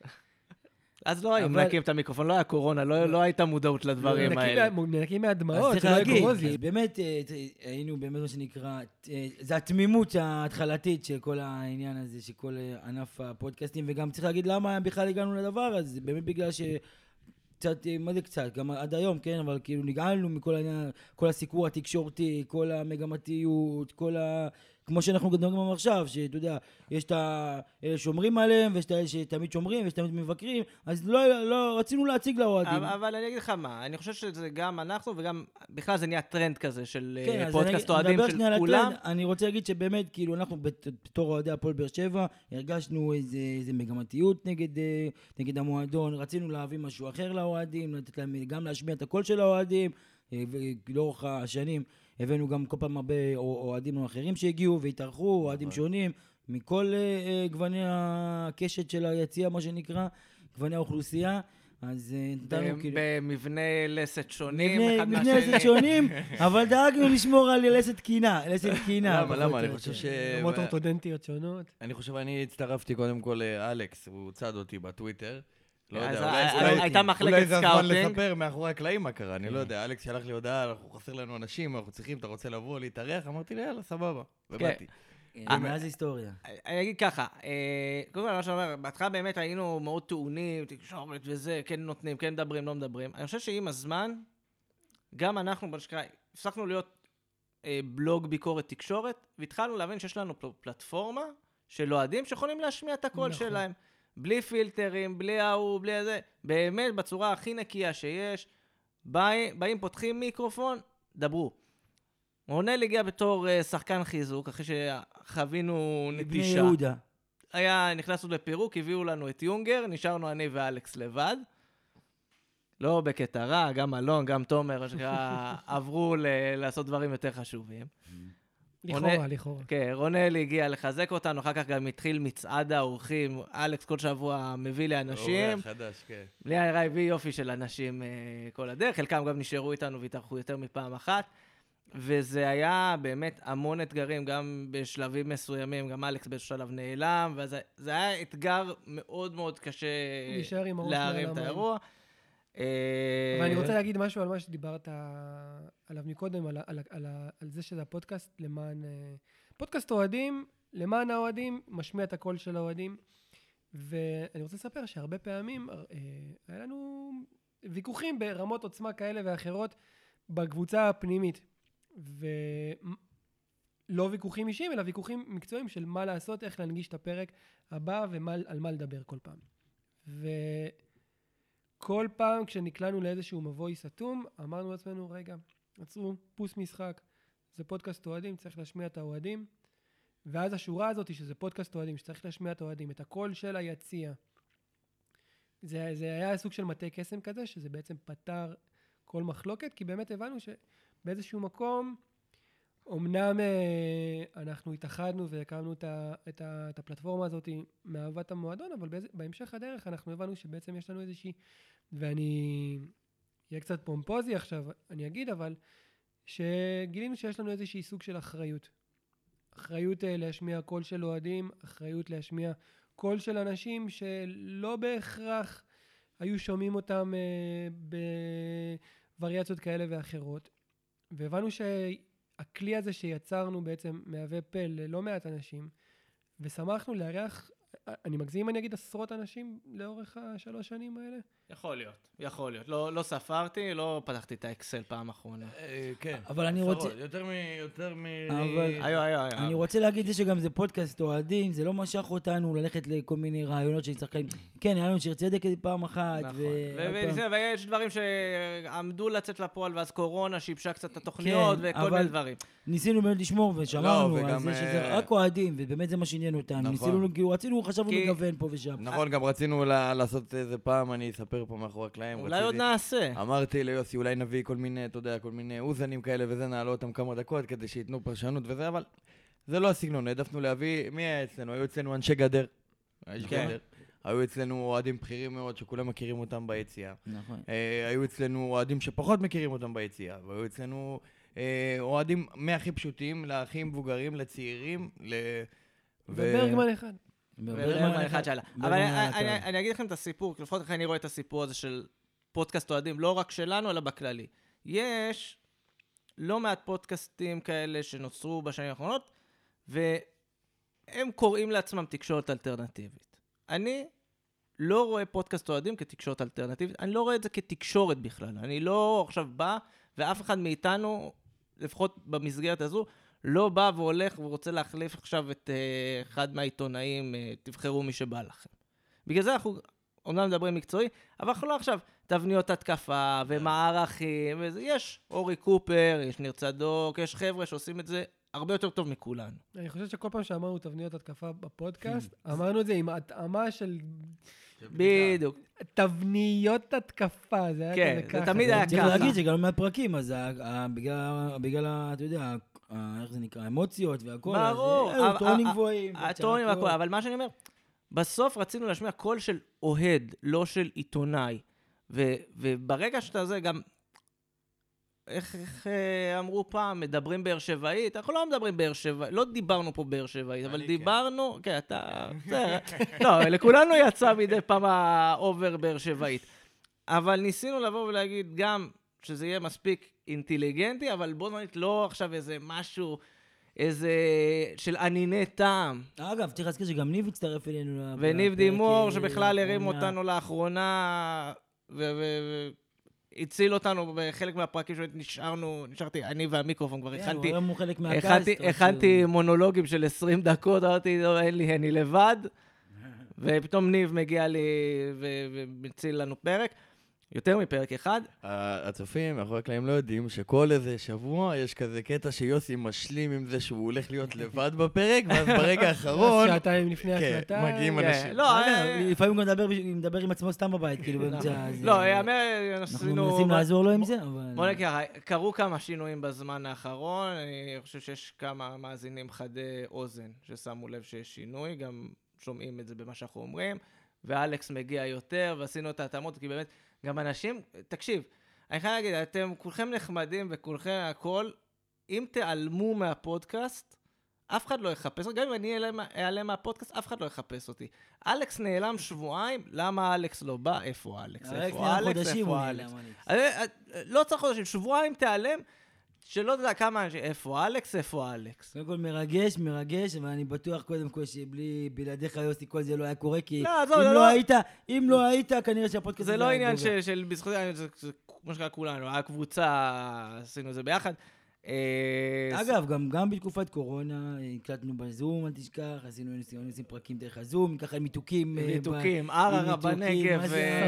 אז לא היו מנקים את המיקרופון, לא היה קורונה, לא הייתה מודעות לדברים האלה. מנקים מהדמעות, אז צריך להגיד, כי באמת היינו באמת מה שנקרא, זה התמימות ההתחלתית של כל העניין הזה, של כל ענף הפודקאסטים, וגם צריך להגיד למה בכלל הגענו לדבר הזה, באמת בגלל קצת, מה זה קצת? גם עד היום, כן? אבל כאילו נגעלנו מכל העניין, כל הסיקור התקשורתי, כל המגמתיות, כמו שאנחנו מדברים עכשיו, שאתה יודע, יש את אלה שאומרים עליהם, ויש את אלה שתמיד שומרים, ויש תמיד מבקרים, אז לא רצינו להציג לאוהדים. אבל אני אגיד לך מה, אני חושב שזה גם אנחנו, וגם בכלל זה נהיה טרנד כזה של פודקאסט אוהדים של כולם. אני רוצה להגיד שבאמת, כאילו אנחנו בתור אוהדי הפועל באר שבע, הרגשנו איזה מגמתיות נגד המועדון, רצינו להביא משהו אחר לאוהדים, לתת להם גם להשמיע את הקול של האוהדים, ולאורך השנים הבאנו גם כל פעם הרבה אוהדים אחרים שהגיעו והתארחו, אוהדים שונים, מכל גווני הקשת של היציאה, מה שנקרא, גווני האוכלוסייה. אז נתנו כאילו... במבנה לסת שונים, אחד מבנה לסת שונים, אבל דאגנו לשמור על לסת תקינה, למה? אני חושב ש... רמות אורתודנטיות שונות. אני חושב, אני הצטרפתי קודם כל לאלכס, הוא צד אותי בטוויטר. לא אז יודע, הייתה מחלקת אולי זה הזמן סקאוטינג. לספר מאחורי הקלעים מה קרה, אני לא יודע, אלכס שלח לי הודעה, חסר לנו אנשים, אנחנו צריכים, אתה רוצה לבוא, להתארח? אמרתי לי, יאללה, סבבה, ובאתי. מאז היסטוריה. אני אגיד ככה, קודם כל, מה שאני אומר, בהתחלה באמת היינו מאוד טעונים, תקשורת וזה, כן נותנים, כן מדברים, לא מדברים. אני חושב שעם הזמן, גם אנחנו, בנשקרה, הפסקנו להיות בלוג ביקורת תקשורת, והתחלנו להבין שיש לנו פלטפורמה של אוהדים שיכולים להשמיע את הקול שלהם. בלי פילטרים, בלי ההוא, בלי זה, באמת בצורה הכי נקייה שיש, באים פותחים מיקרופון, דברו. רונל הגיע בתור שחקן חיזוק, אחרי שחווינו נטישה. בני יהודה. נכנסנו לפירוק, הביאו לנו את יונגר, נשארנו אני ואלכס לבד. לא בקטע רע, גם אלון, גם תומר, עברו לעשות דברים יותר חשובים. לכאורה. כן, רונל הגיע לחזק אותנו, אחר כך גם התחיל מצעד האורחים, אלכס כל שבוע מביא לאנשים. אורח חדש, כן. בלי העירה הביא יופי של אנשים כל הדרך, חלקם גם נשארו איתנו והתארחו יותר מפעם אחת, וזה היה באמת המון אתגרים, גם בשלבים מסוימים, גם אלכס באיזשהו שלב נעלם, וזה היה אתגר מאוד מאוד קשה להרים את האירוע. אבל אני רוצה להגיד משהו על מה שדיברת עליו מקודם, על זה שזה הפודקאסט למען... פודקאסט אוהדים, למען האוהדים, משמיע את הקול של האוהדים. ואני רוצה לספר שהרבה פעמים היה לנו ויכוחים ברמות עוצמה כאלה ואחרות בקבוצה הפנימית. ולא ויכוחים אישיים, אלא ויכוחים מקצועיים של מה לעשות, איך להנגיש את הפרק הבא ועל מה לדבר כל פעם. כל פעם כשנקלענו לאיזשהו מבוי סתום, אמרנו לעצמנו, רגע, עצרו, פוס משחק, זה פודקאסט אוהדים, צריך להשמיע את האוהדים, ואז השורה הזאת שזה פודקאסט אוהדים, שצריך להשמיע את האוהדים, את הקול של היציע. זה היה סוג של מטה קסם כזה, שזה בעצם פתר כל מחלוקת, כי באמת הבנו שבאיזשהו מקום, אמנם אנחנו התאחדנו והקמנו את הפלטפורמה הזאת מאהבת המועדון, אבל בהמשך הדרך אנחנו הבנו שבעצם יש לנו איזושהי, ואני אהיה קצת פומפוזי עכשיו, אני אגיד, אבל שגילינו שיש לנו איזושהי סוג של אחריות. אחריות להשמיע קול של אוהדים, אחריות להשמיע קול של אנשים שלא בהכרח היו שומעים אותם בווריאציות כאלה ואחרות. והבנו הכלי הזה שיצרנו בעצם מהווה פה ללא מעט אנשים, ושמחנו לארח אני מגזים אם אני אגיד עשרות אנשים לאורך 3 שנים האלה? יכול להיות. לא ספרתי, לא פתחתי את האקסל פעם אחרונה. כן. אבל אני רוצה... יותר מ... היו. אני רוצה להגיד זה שגם זה פודקאסט אוהדים, זה לא משך אותנו ללכת לכל מיני רעיונות של שחקנים. כן, היה לנו שיר צדק פעם אחת. נכון. ויש דברים שעמדו לצאת לפועל, ואז קורונה שיבשה קצת את התוכניות וכל מיני דברים. ניסינו באמת לשמור ושמרנו על זה שזה רק אוהדים, ובאמת זה מה שעניין אותנו. ניסינו, חשבנו לגוון פה ושם. נכון, גם רצינו לעשות איזה פעם, אני אספר פה מאחורי הקלעים. אולי עוד נעשה. אמרתי ליוסי, אולי נביא כל מיני, אתה יודע, כל מיני אוזנים כאלה וזה, נעלה אותם כמה דקות כדי שיתנו פרשנות וזה, אבל זה לא הסגנון, העדפנו להביא, מי היה אצלנו? היו אצלנו אנשי גדר. היו אצלנו אוהדים בכירים מאוד שכולם מכירים אותם ביציאה. נכון. היו אצלנו אוהדים שפחות מכירים אותם ביציאה, והיו אצלנו אוהדים מהכי פשוטים, להכי מבוגרים, לצעירים, וברגמן אחד. ברגמן אחד שאלה. אבל אני אגיד לכם את הסיפור, לפחות איך אני רואה את הסיפור הזה של פודקאסט אוהדים, לא רק שלנו, אלא בכללי. יש לא מעט פודקאסטים כאלה שנוצרו בשנים האחרונות, והם קוראים לעצמם תקשורת אלטרנטיבית. אני לא רואה פודקאסט אוהדים כתקשורת אלטרנטיבית, אני לא רואה את זה כתקשורת בכלל. אני לא עכשיו בא, ואף אחד מאיתנו, לפחות במסגרת הזו, לא בא והולך ורוצה להחליף עכשיו את אחד מהעיתונאים, תבחרו מי שבא לכם. בגלל זה אנחנו אומנם מדברים מקצועי, אבל אנחנו לא עכשיו תבניות התקפה ומערכים, יש אורי קופר, יש ניר צדוק, יש חבר'ה שעושים את זה הרבה יותר טוב מכולנו. אני חושב שכל פעם שאמרנו תבניות התקפה בפודקאסט, אמרנו את זה עם התאמה של... בדיוק. תבניות התקפה, זה היה כזה ככה. זה תמיד היה ככה. צריך להגיד שגם מהפרקים, אז בגלל, אתה יודע, איך זה נקרא, אמוציות והכל, ברור. טונים גבוהים. הטונים והכל, אבל מה שאני אומר, בסוף רצינו להשמיע קול של אוהד, לא של עיתונאי. וברגע שאתה זה גם, איך אמרו פעם, מדברים באר שבעית, אנחנו לא מדברים באר שבעית, לא דיברנו פה באר שבעית, אבל דיברנו, כן, אתה, לא, לכולנו יצא מדי פעם האובר באר שבעית. אבל ניסינו לבוא ולהגיד גם שזה יהיה מספיק אינטליגנטי, אבל בוא נגיד לא עכשיו איזה משהו, איזה של עניני טעם. אגב, צריך להזכיר שגם ניב הצטרף אלינו. וניב דימור, שבכלל הרים אותנו לאחרונה, הציל אותנו בחלק מהפרקים נשארתי, אני והמיקרופון כבר הכנתי מונולוגים של 20 דקות, אמרתי, לא, אין לי, אני לבד, ופתאום ניב מגיע לי ומציל לנו פרק. יותר מפרק אחד. הצופים, מאחורי הקלעים לא יודעים שכל איזה שבוע יש כזה קטע שיוסי משלים עם זה שהוא הולך להיות לבד בפרק, ואז ברגע האחרון... שעתיים לפני הקלטה. מגיעים אנשים. לא, לפעמים הוא מדבר עם עצמו סתם בבית, כאילו באמצע... לא, אנחנו מנסים לעזור לו עם זה, אבל... בוא נקרא, קרו כמה שינויים בזמן האחרון, אני חושב שיש כמה מאזינים חדי אוזן ששמו לב שיש שינוי, גם שומעים את זה במה שאנחנו אומרים, ואלכס מגיע יותר, ועשינו את ההתאמות, כי באמת... גם אנשים, תקשיב, אני חייב להגיד, אתם כולכם נחמדים וכולכם הכל, אם תיעלמו מהפודקאסט, אף אחד לא יחפש, גם אם אני אעלם מהפודקאסט, אף אחד לא יחפש אותי. אלכס נעלם שבועיים, למה אלכס לא בא? איפה אלכס? איפה אלכס? איפה אלכס? לא צריך חודשים, שבועיים תיעלם, שלא יודע כמה אנשים, איפה אלכס? איפה אלכס? קודם כל מרגש, אבל אני בטוח קודם כל שבלי בלעדיך יוסי כל זה לא היה קורה, כי אם לא היית, כנראה שהפודקאסט זה לא עניין של בזכות, זה כמו שקרה כולנו, הקבוצה, עשינו את זה ביחד. אגב, גם בתקופת קורונה, הקלטנו בזום, אל תשכח, עשינו פרקים דרך הזום, ככה מיתוקים, ערערה בנגב,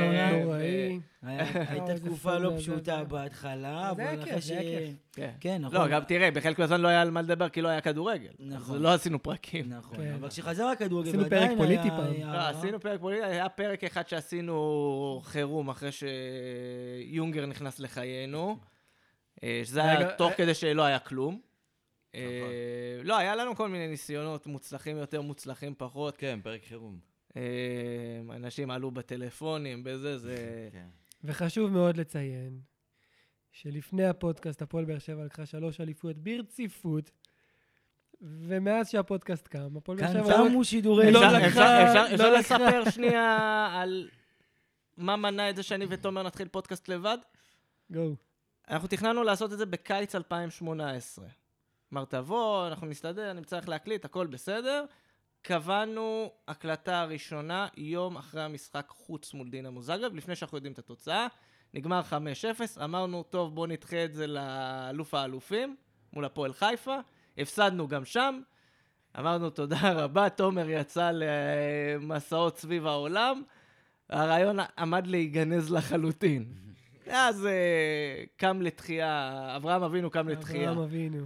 הייתה תקופה לא פשוטה בהתחלה, אבל אחרי ש... כן, נכון. לא, גם תראה, בחלק מהזמן לא היה על מה לדבר, כי לא היה כדורגל. נכון. לא עשינו פרקים. נכון, אבל כשחזר הכדורגל, עשינו פרק פוליטי פעם. לא, עשינו פרק פוליטי, היה פרק אחד שעשינו חירום, אחרי שיונגר נכנס לחיינו. שזה היה תוך כדי שלא היה כלום. לא, היה לנו כל מיני ניסיונות מוצלחים יותר, מוצלחים פחות. כן, פרק חירום. אנשים עלו בטלפונים, בזה, זה... וחשוב מאוד לציין, שלפני הפודקאסט, הפועל באר שבע לקחה 3 אליפויות ברציפות, ומאז שהפודקאסט קם, הפועל באר שבע... כאן תמו שידורי... אפשר לספר שנייה על מה מנע את זה שאני ותומר נתחיל פודקאסט לבד? גו. אנחנו תכננו לעשות את זה בקיץ 2018. אמרת, תבוא, אנחנו נסתדר, אני צריך להקליט, הכל בסדר. קבענו הקלטה הראשונה יום אחרי המשחק חוץ מול דינמו זאגרב, לפני שאנחנו יודעים את התוצאה. נגמר 5-0, אמרנו, טוב, בוא נדחה את זה לאלוף האלופים, מול הפועל חיפה. הפסדנו גם שם. אמרנו, תודה רבה, תומר יצא למסעות סביב העולם. הרעיון עמד להיגנז לחלוטין. אז קם לתחייה, אברהם אבינו קם לתחייה. אברהם אבינו.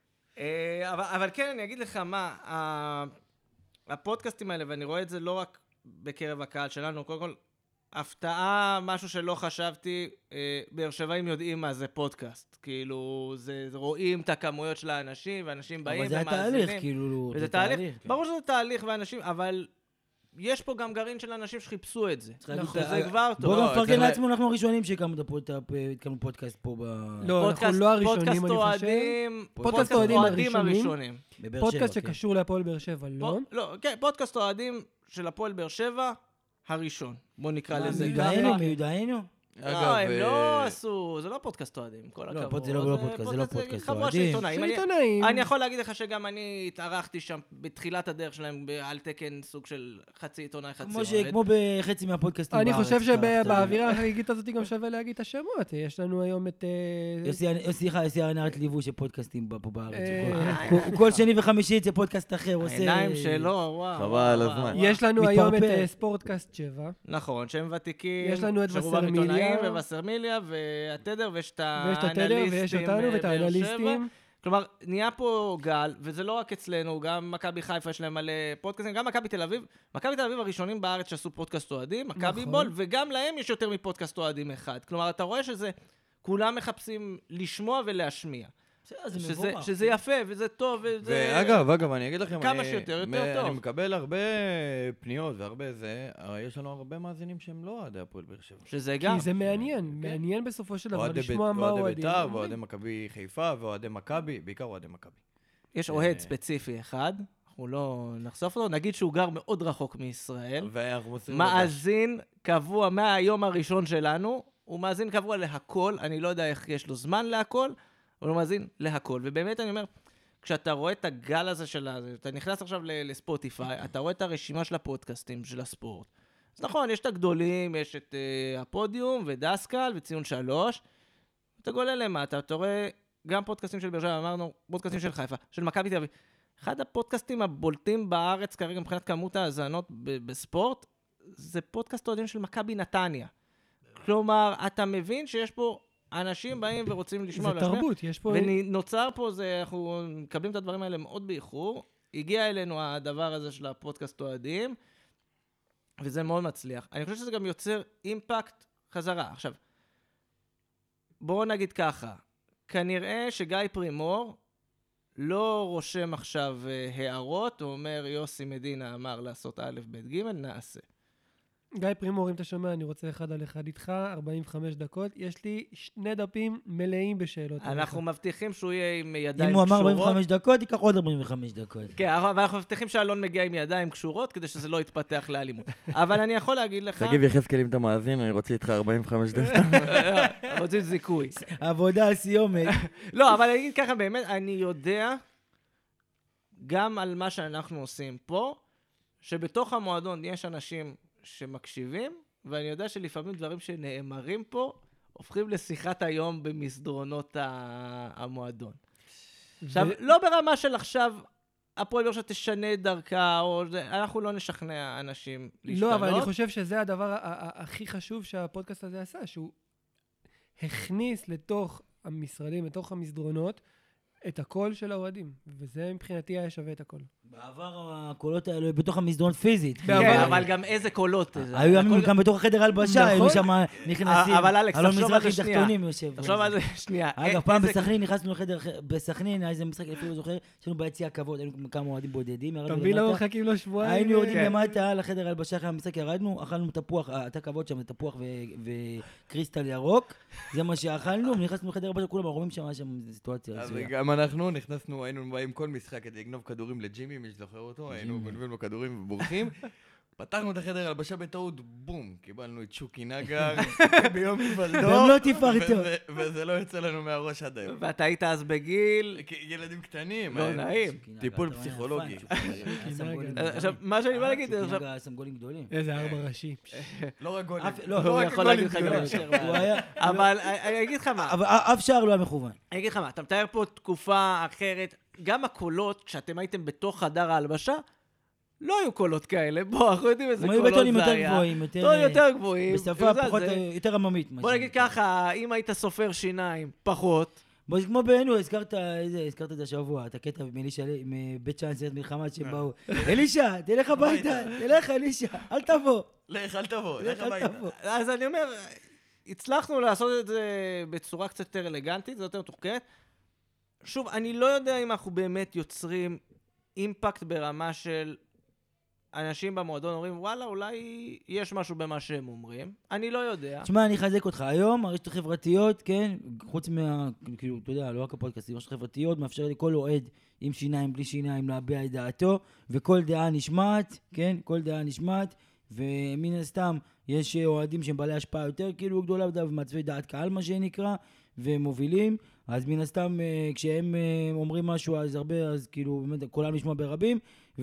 אבל כן, אני אגיד לך מה, הפודקאסטים האלה, ואני רואה את זה לא רק בקרב הקהל שלנו, קודם כל, הפתעה, משהו שלא חשבתי, באר שבעים יודעים מה זה פודקאסט. כאילו, רואים את הכמויות של האנשים, ואנשים באים ומאזינים. אבל זה התהליך, כאילו, וזה תהליך. ברור שזה תהליך ואנשים, אבל יש פה גם גרעין של אנשים שחיפשו את זה. זה כבר טוב. בואו נפרגן לעצמנו, אנחנו הראשונים שהקמנו פודקאסט פה לא, אנחנו לא הראשונים, אני חושב. פודקאסט אוהדים הראשונים. פודקאסט שקשור להפועל באר שבע, לא? לא, כן, פודקאסט אוהדים של הפועל באר שבע הראשון. בוא נקרא לזה. מיודענו? לא, הם לא עשו, זה לא פודקאסט אוהדים, כל הכבוד. זה לא פודקאסט, זה לא פודקאסט חבורה של אוהדים. עיתונאים. אני יכול להגיד לך שגם אני התארחתי שם בתחילת הדרך שלהם על תקן סוג של חצי עיתונאי, חצי אוהד. כמו בחצי מהפודקאסטים בארץ. אני חושב שבאווירה החגיגית הזאת גם שווה להגיד את השמות. יש לנו היום את... יוסי הרנרת ליווי של פודקאסטים פה בארץ. כל שני וחמישי יצא פודקאסט אחר. העיניים שלו, וואו. חבל על הזמן. יש לנו היום את ספורטקאסט 7. נכון, שהם ותיקים. יש לנו את וסרמיליה. וווסרמיליה, והתדר, ויש את התדר, ויש אותנו ואת האנליסטים. כלומר, נהיה פה גל, וזה לא רק אצלנו, גם מכבי חיפה יש להם מלא פודקאסטים, גם מכבי תל אביב. מכבי תל אביב הראשונים בארץ שעשו פודקאסט אוהדים, מכבי בול, וגם להם יש יותר מפודקאסט אוהדים אחד. כלומר, אתה רואה שזה, כולם מחפשים לשמוע ולהשמיע. שזה יפה, וזה טוב, וזה... ואגב, אני אגיד לכם, כמה שיותר, יותר טוב. אני מקבל הרבה פניות והרבה זה, הרי יש לנו הרבה מאזינים שהם לא אוהדי הפועל באר שבע. שזה גם. כי זה מעניין בסופו של דבר, לשמוע מה אוהדים. אוהדי בית"ר, ואוהדי מכבי חיפה, ואוהדי מכבי, בעיקר אוהדי מכבי. יש אוהד ספציפי אחד, אנחנו לא נחשוף אותו, נגיד שהוא גר מאוד רחוק מישראל, מאזין קבוע מהיום הראשון שלנו, הוא מאזין קבוע להכל, אני לא יודע איך יש לו זמן להכל, הוא מאזין להכל, ובאמת אני אומר, כשאתה רואה את הגל הזה אתה נכנס עכשיו לספוטיפיי, אתה רואה את הרשימה של הפודקאסטים של הספורט. אז נכון, יש את הגדולים, יש את הפודיום ודסקל וציון 3, אתה גולל למטה, אתה רואה גם פודקאסטים של באר שבע, אמרנו, פודקאסטים של חיפה, של מכבי תל אביב. אחד הפודקאסטים הבולטים בארץ כרגע מבחינת כמות ההאזנות בספורט, זה פודקאסט אוהדים של מכבי נתניה. כלומר, אתה מבין שיש פה אנשים באים ורוצים לשמוע. זה תרבות, יש פה... ונוצר פה, אנחנו מקבלים את הדברים האלה מאוד באיחור. הגיע אלינו הדבר הזה של הפודקאסט אוהדים, וזה מאוד מצליח. אני חושב שזה גם יוצר אימפקט חזרה. עכשיו, בואו נגיד ככה, כנראה שגיא פרימור לא רושם עכשיו הערות, הוא אומר, יוסי מדינה אמר לעשות א' ב' ג', נעשה. גיא פרימור, אם אתה שומע, אני רוצה אחד על אחד איתך, 45 דקות. יש לי 2 דפים מלאים בשאלות. אנחנו מבטיחים שהוא יהיה עם ידיים קשורות. אם הוא אמר 45 דקות, ייקח עוד 45 דקות. כן, אבל אנחנו מבטיחים שאלון מגיע עם ידיים קשורות, כדי שזה לא יתפתח לאלימות. אבל אני יכול להגיד לך... תגיב יחזקאל אם אתה מאזין, אני רוצה איתך 45 דקות. רוצים זיכוי. עבודה על סיומת. לא, אבל אני אגיד ככה, באמת, אני יודע גם על מה שאנחנו עושים פה, שבתוך המועדון יש אנשים שמקשיבים, ואני יודע שלפעמים דברים שנאמרים פה, הופכים לשיחת היום במסדרונות המועדון. עכשיו, לא ברמה של עכשיו, הפועל באר שבע תשנה את דרכה, או אנחנו לא נשכנע אנשים להשתנות. לא, אבל אני חושב שזה הדבר הכי חשוב שהפודקאסט הזה עשה, שהוא הכניס לתוך המשרדים, לתוך המסדרונות, את הקול של האוהדים, וזה מבחינתי היה שווה את הקול. בעבר הקולות האלו בתוך המסדרון פיזית. כן, אבל גם איזה קולות. היו ימים גם בתוך החדר הלבשה, היינו שם נכנסים. אבל אלכס, תחשוב על זה שנייה. תחשוב על זה שנייה. אגב, פעם בסכנין נכנסנו לחדר, בסכנין היה איזה משחק, אפילו זוכר, יש לנו ביציע הכבוד, היינו כמה אוהדים בודדים. אתה מבין למה מחכים לו שבועיים? היינו יורדים למטה לחדר הלבשה, אחרי המשחק ירדנו, אכלנו תפוח, אתה כבוד שם, תפוח וקריסטל ירוק, זה מה שאכלנו, נכנסנו לחדר הלבשה, כולם רואים שם סיטואציה. אז גם אנחנו נכנסנו, היינו באים כל משחק כדי לגנוב כדורים לג'ימי, מי שזוכר אותו, היינו גונבים לו כדורים ובורחים. פתחנו את החדר הלבשה בטעות, בום, קיבלנו את שוקי נגר ביום היוולדו. והם לא תפארתו. וזה לא יוצא לנו מהראש עד היום. ואתה היית אז בגיל... ילדים קטנים. לא נעים. טיפול פסיכולוגי. עכשיו, מה שאני בא להגיד... שוקי נגר היה שם גולים גדולים. איזה 4 ראשי. לא רק גולים. הוא יכול להגיד לך גם יותר. אבל אני אגיד לך מה. אבל אף שער לא היה מכוון. אני אגיד לך מה, אתה מתאר פה תקופה אחרת, גם הקולות, כשאתם הייתם בתוך חדר ההלבשה, לא היו קולות כאלה, בוא, אנחנו יודעים איזה קולות זה היה. הם היו יותר גבוהים, יותר גבוהים. בשפה פחות, יותר עממית. בוא נגיד ככה, אם היית סופר שיניים, פחות. בוא, כמו בעינו, הזכרת את השבוע, את הקטע מבית שאן, סרט מלחמה שבאו. אלישע, תלך הביתה, תלך אלישע, אל תבוא. לך, אל תבוא, לך אל הביתה. תבוא. אז אני אומר, הצלחנו לעשות את זה בצורה קצת יותר אלגנטית, זה יותר מתוחכמת. שוב, אני לא יודע אם אנחנו באמת יוצרים אימפקט ברמה של אנשים במועדון אומרים, וואלה, אולי יש משהו במה שהם אומרים. אני לא יודע. תשמע, אני אחזק אותך. היום, הרשתות החברתיות, כן, חוץ מה... כאילו, אתה יודע, לא רק הפודקאסטים, הרשתות החברתיות מאפשר לכל אוהד עם שיניים, בלי שיניים, להביע את דעתו, וכל דעה נשמעת, כן, כל דעה נשמעת, ומן הסתם, יש אוהדים שהם בעלי השפעה יותר, כאילו, גדולה ומעצבי דעת קהל, מה שנקרא, והם מובילים, אז מן הסתם, כשהם אומרים משהו, אז הרבה, אז כאילו, באמת, כולם נשמע ברבים,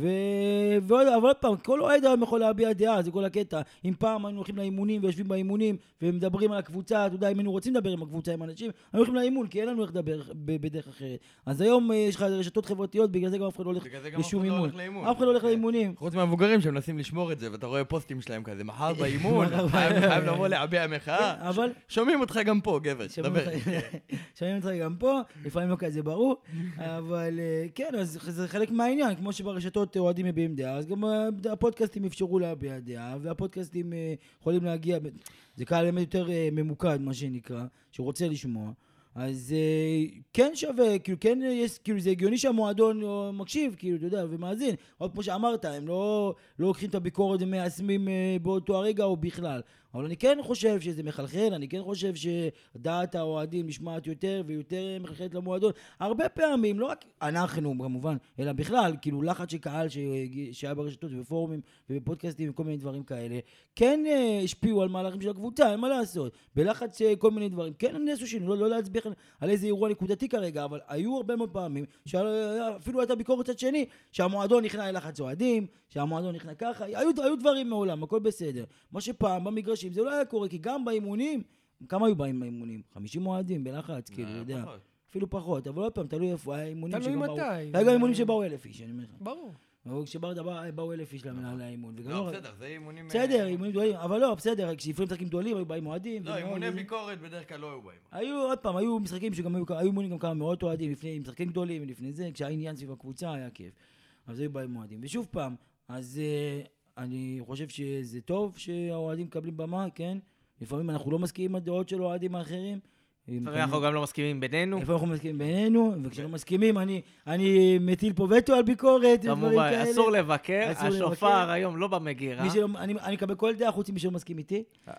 אבל עוד פעם, כל אוהד היום יכול להביע דעה, זה כל הקטע. אם פעם היינו הולכים לאימונים ויושבים באימונים ומדברים על הקבוצה, אתה יודע, אם היינו רוצים לדבר עם הקבוצה, עם אנשים, היינו הולכים לאימון, כי אין לנו איך לדבר בדרך אחרת. אז היום יש לך רשתות חברתיות, בגלל זה גם אף אחד לא הולך לשום אימון. אף אחד לא הולך לאימונים. חוץ מהמבוגרים שמנסים לשמור את זה, ואתה רואה פוסטים שלהם כזה, מחר באימון, חייב לבוא להביע מחאה. שומעים אותך גם פה, גבר, דבר. שומעים אותך גם פה, לפעמים לא כזה ברור, אבל כן, אז זה חלק מהעניין, כמו שברשתות אוהדים מביעים דעה, אז גם הפודקאסטים אפשרו להביע דעה, והפודקאסטים יכולים להגיע, זה קהל באמת יותר ממוקד, מה שנקרא, שרוצה לשמוע, אז כן שווה, כאילו כן יש, כאילו זה הגיוני שהמועדון מקשיב, כאילו, אתה יודע, ומאזין, עוד כמו שאמרת, הם לא לוקחים את הביקורת ומיישמים באותו הרגע או בכלל, אבל אני כן חושב שזה מחלחל, אני כן חושב שדעת האוהדים נשמעת יותר ויותר מחלחלת למועדון. הרבה פעמים, לא רק אנחנו כמובן, אלא בכלל, כאילו לחץ של קהל שהיה ברשתות ובפורומים ובפודקאסטים וכל מיני דברים כאלה, כן השפיעו על מהלכים של הקבוצה, אין מה לעשות. בלחץ כל מיני דברים, כן נעשו שינוי, לא להצביח על איזה אירוע נקודתי כרגע, אבל היו הרבה מאוד פעמים, אפילו הייתה ביקורת צד שני, שהמועדון נכנע ללחץ אוהדים, שהמועדון נכנע ככה, היו דברים מעולם, הכל בסדר. מה שפעם במגרשים זה לא היה קורה, כי גם באימונים, כמה היו באים באימונים? 50 אוהדים בלחץ, כאילו, יודע. אפילו פחות, אבל עוד פעם, תלוי איפה, היה אימונים תלוי mתי. היה גם אימונים שבאו 1,000 איש, אני אומר לך. ברור. כשבאו 1,000 איש לאימון. לא, בסדר, זה אימונים... בסדר, אימונים גדולים, אבל לא, בסדר, כשאיפרים משחקים גדולים, היו באים אוהדים. לא, אימוני ביקורת בדרך כלל לא היו באים. היו, עוד פעם, היו משחקים שגם היו אימונים גם כמה מאות אוהדים, לפני משחקים גדולים, לפני זה, כשהיה עניין סביב הקבוצה, היה כיף. אז היו באים אוהדים. ושוב פעם, אז אני חושב שזה טוב שהאוהדים מקבלים במה, כן? לפעמים אנחנו לא מסכימים עם הדעות של האוהדים האחרים. אנחנו גם לא מסכימים בינינו. לפעמים אנחנו מסכימים בינינו, וכשלא מסכימים, אני מטיל פה וטו על ביקורת. כמובן, אסור לבקר, השופר היום לא במגירה. אני אקבל כל דעה חוץ ממי שלא מסכים איתי.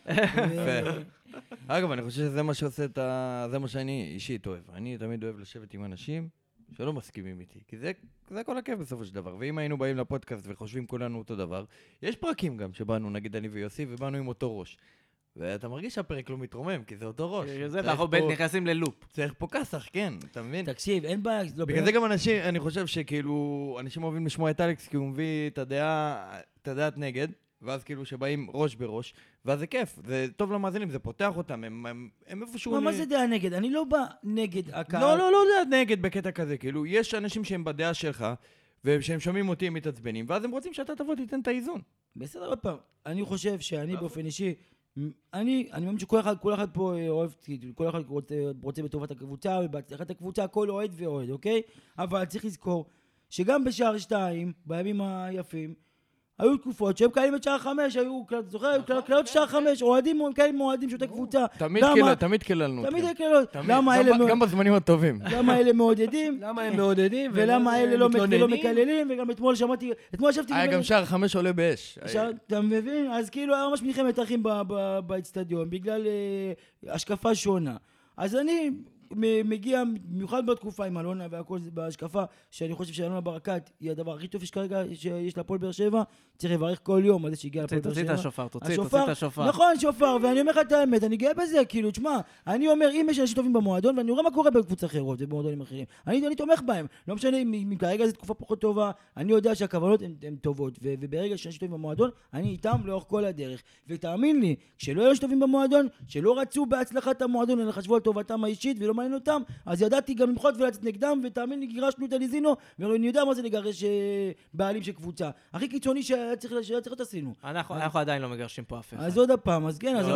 אגב, אני חושב שזה מה שעושה זה מה שאני אישית אוהב. אני תמיד אוהב לשבת עם אנשים שלא מסכימים איתי, כי זה כל הכיף בסופו של דבר. ואם היינו באים לפודקאסט וחושבים כולנו אותו דבר, יש פרקים גם שבאנו, נגיד אני ויוסי, ובאנו עם אותו ראש. ואתה מרגיש שהפרק לא מתרומם, כי זה אותו ראש. אנחנו נכנסים ללופ. צריך פה כסח, כן, אתה מבין? תקשיב, אין בעיה. בגלל זה גם אנשים, אני חושב שכאילו, אנשים אוהבים לשמוע את אלכס, כי הוא מביא את הדעת נגד, ואז כאילו שבאים ראש בראש, ואז זה כיף, זה טוב למאזינים, זה פותח אותם, הם איפשהו... מה זה דעה נגד? אני לא בא נגד הקהל. לא דעה נגד בקטע כזה, כאילו, יש אנשים שהם בדעה שלך, ושהם שומעים אותי, הם מתעצבנים, ואז הם רוצים שאתה תבוא, תיתן את האיזון. בסדר, עוד פעם, אני חושב שאני באופן אישי, אני מאמין שכל אחד פה אוהב, כל אחד רוצה בטובת הקבוצה, ובהצלחת הקבוצה, כל אוהד ואוהד, אוקיי? אבל צריך לזכור שגם בשער 2, בימים היפים, היו תקופות שהם קיימים את שער 5, היו, זוכר, היו קללות שער 5, אוהדים קיימים מועדים שאותה קבוצה. תמיד קללנו. תמיד קללות. למה אלה... גם בזמנים הטובים. למה אלה מעודדים? למה הם מעודדים? ולמה אלה לא מקללים? וגם אתמול שמעתי... היה גם שער 5 עולה באש. אתה מבין? אז כאילו היה ממש מלחמת אחים באצטדיון, בגלל השקפה שונה. אז אני מגיע במיוחד בתקופה עם אלונה והכל בהשקפה, שאני חושב שאלונה ברקת היא הדבר הכי טוב שכרגע שיש להפועל באר שבע, צריך לברך כל יום על זה שהגיע להפועל באר שבע. תוציא את השופר, תוציא את השופר. נכון, שופר, ואני אומר לך את האמת, אני גאה בזה, כאילו, תשמע, אני אומר, אם יש אנשים טובים במועדון, ואני רואה מה קורה בקבוצות אחרות ובמועדונים אחרים, אני תומך בהם, לא משנה אם כרגע זו תקופה פחות טובה, אני יודע שהכוונות הן טובות, וברגע שאנשים טובים במועדון, אני איתם לאורך כל הדרך. ותאמין לי, כשלא היו טובים במועדון, שלא רצו בהצלחת המועדון, אלא חשבו על טובתם האישית ולא מעניין אותם, אז ידעתי גם למחות ולצאת נגדם, ותאמין לי, גירשנו את אליזינו, ואני יודע מה זה לגרש בעלים של קבוצה. הכי קיצוני שהיה צריך עשינו. אנחנו עדיין לא מגרשים פה אף אחד. אז עוד הפעם, אז כן, אז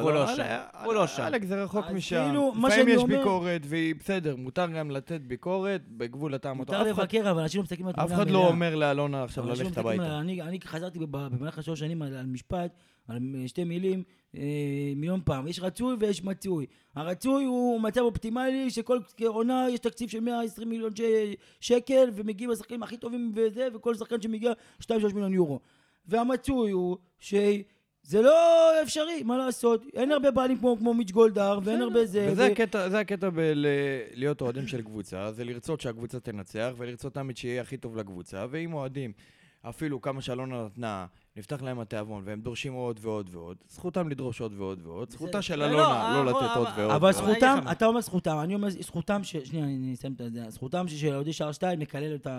הוא לא שם. אלכס זה רחוק משם. כאילו, מה לפעמים שאני יש אומר- ביקורת, והיא בסדר, מותר גם לתת ביקורת בגבול הטעם אותו. מותר לבקר, אבל אנשים לא מסתכלים על אף התמונה אחד לא המלאה. אומר לאלונה עכשיו אנשים ללכת מסתכלים הביתה. על- אני חזרתי במהלך 3 שנים על משפט, על 2 מילים, מיליון פעם. יש רצוי ויש מצוי. הרצוי הוא מצב אופטימלי שכל עונה יש תקציב של 120 מיליון שקל, ומגיעים השחקנים הכי טובים וזה, וכל שחקן שמגיע 2-3 מיליון יורו. והמצוי הוא זה לא אפשרי, מה לעשות? אין הרבה בעלים כמו מיץ' גולדהר, ואין הרבה זה. וזה הקטע בלהיות אוהדים של קבוצה, זה לרצות שהקבוצה תנצח, ולרצות תמיד שיהיה הכי טוב לקבוצה, ואם אוהדים, אפילו כמה שאלונה נתנה, נפתח להם התיאבון, והם דורשים עוד ועוד ועוד, זכותם לדרוש עוד ועוד ועוד, זכותה של אלונה לא לתת עוד ועוד. אבל זכותם, אתה אומר זכותם, אני אומר זכותם שנייה, אני אסיים את זה, זכותם של אוהדי שער 2 מקלל את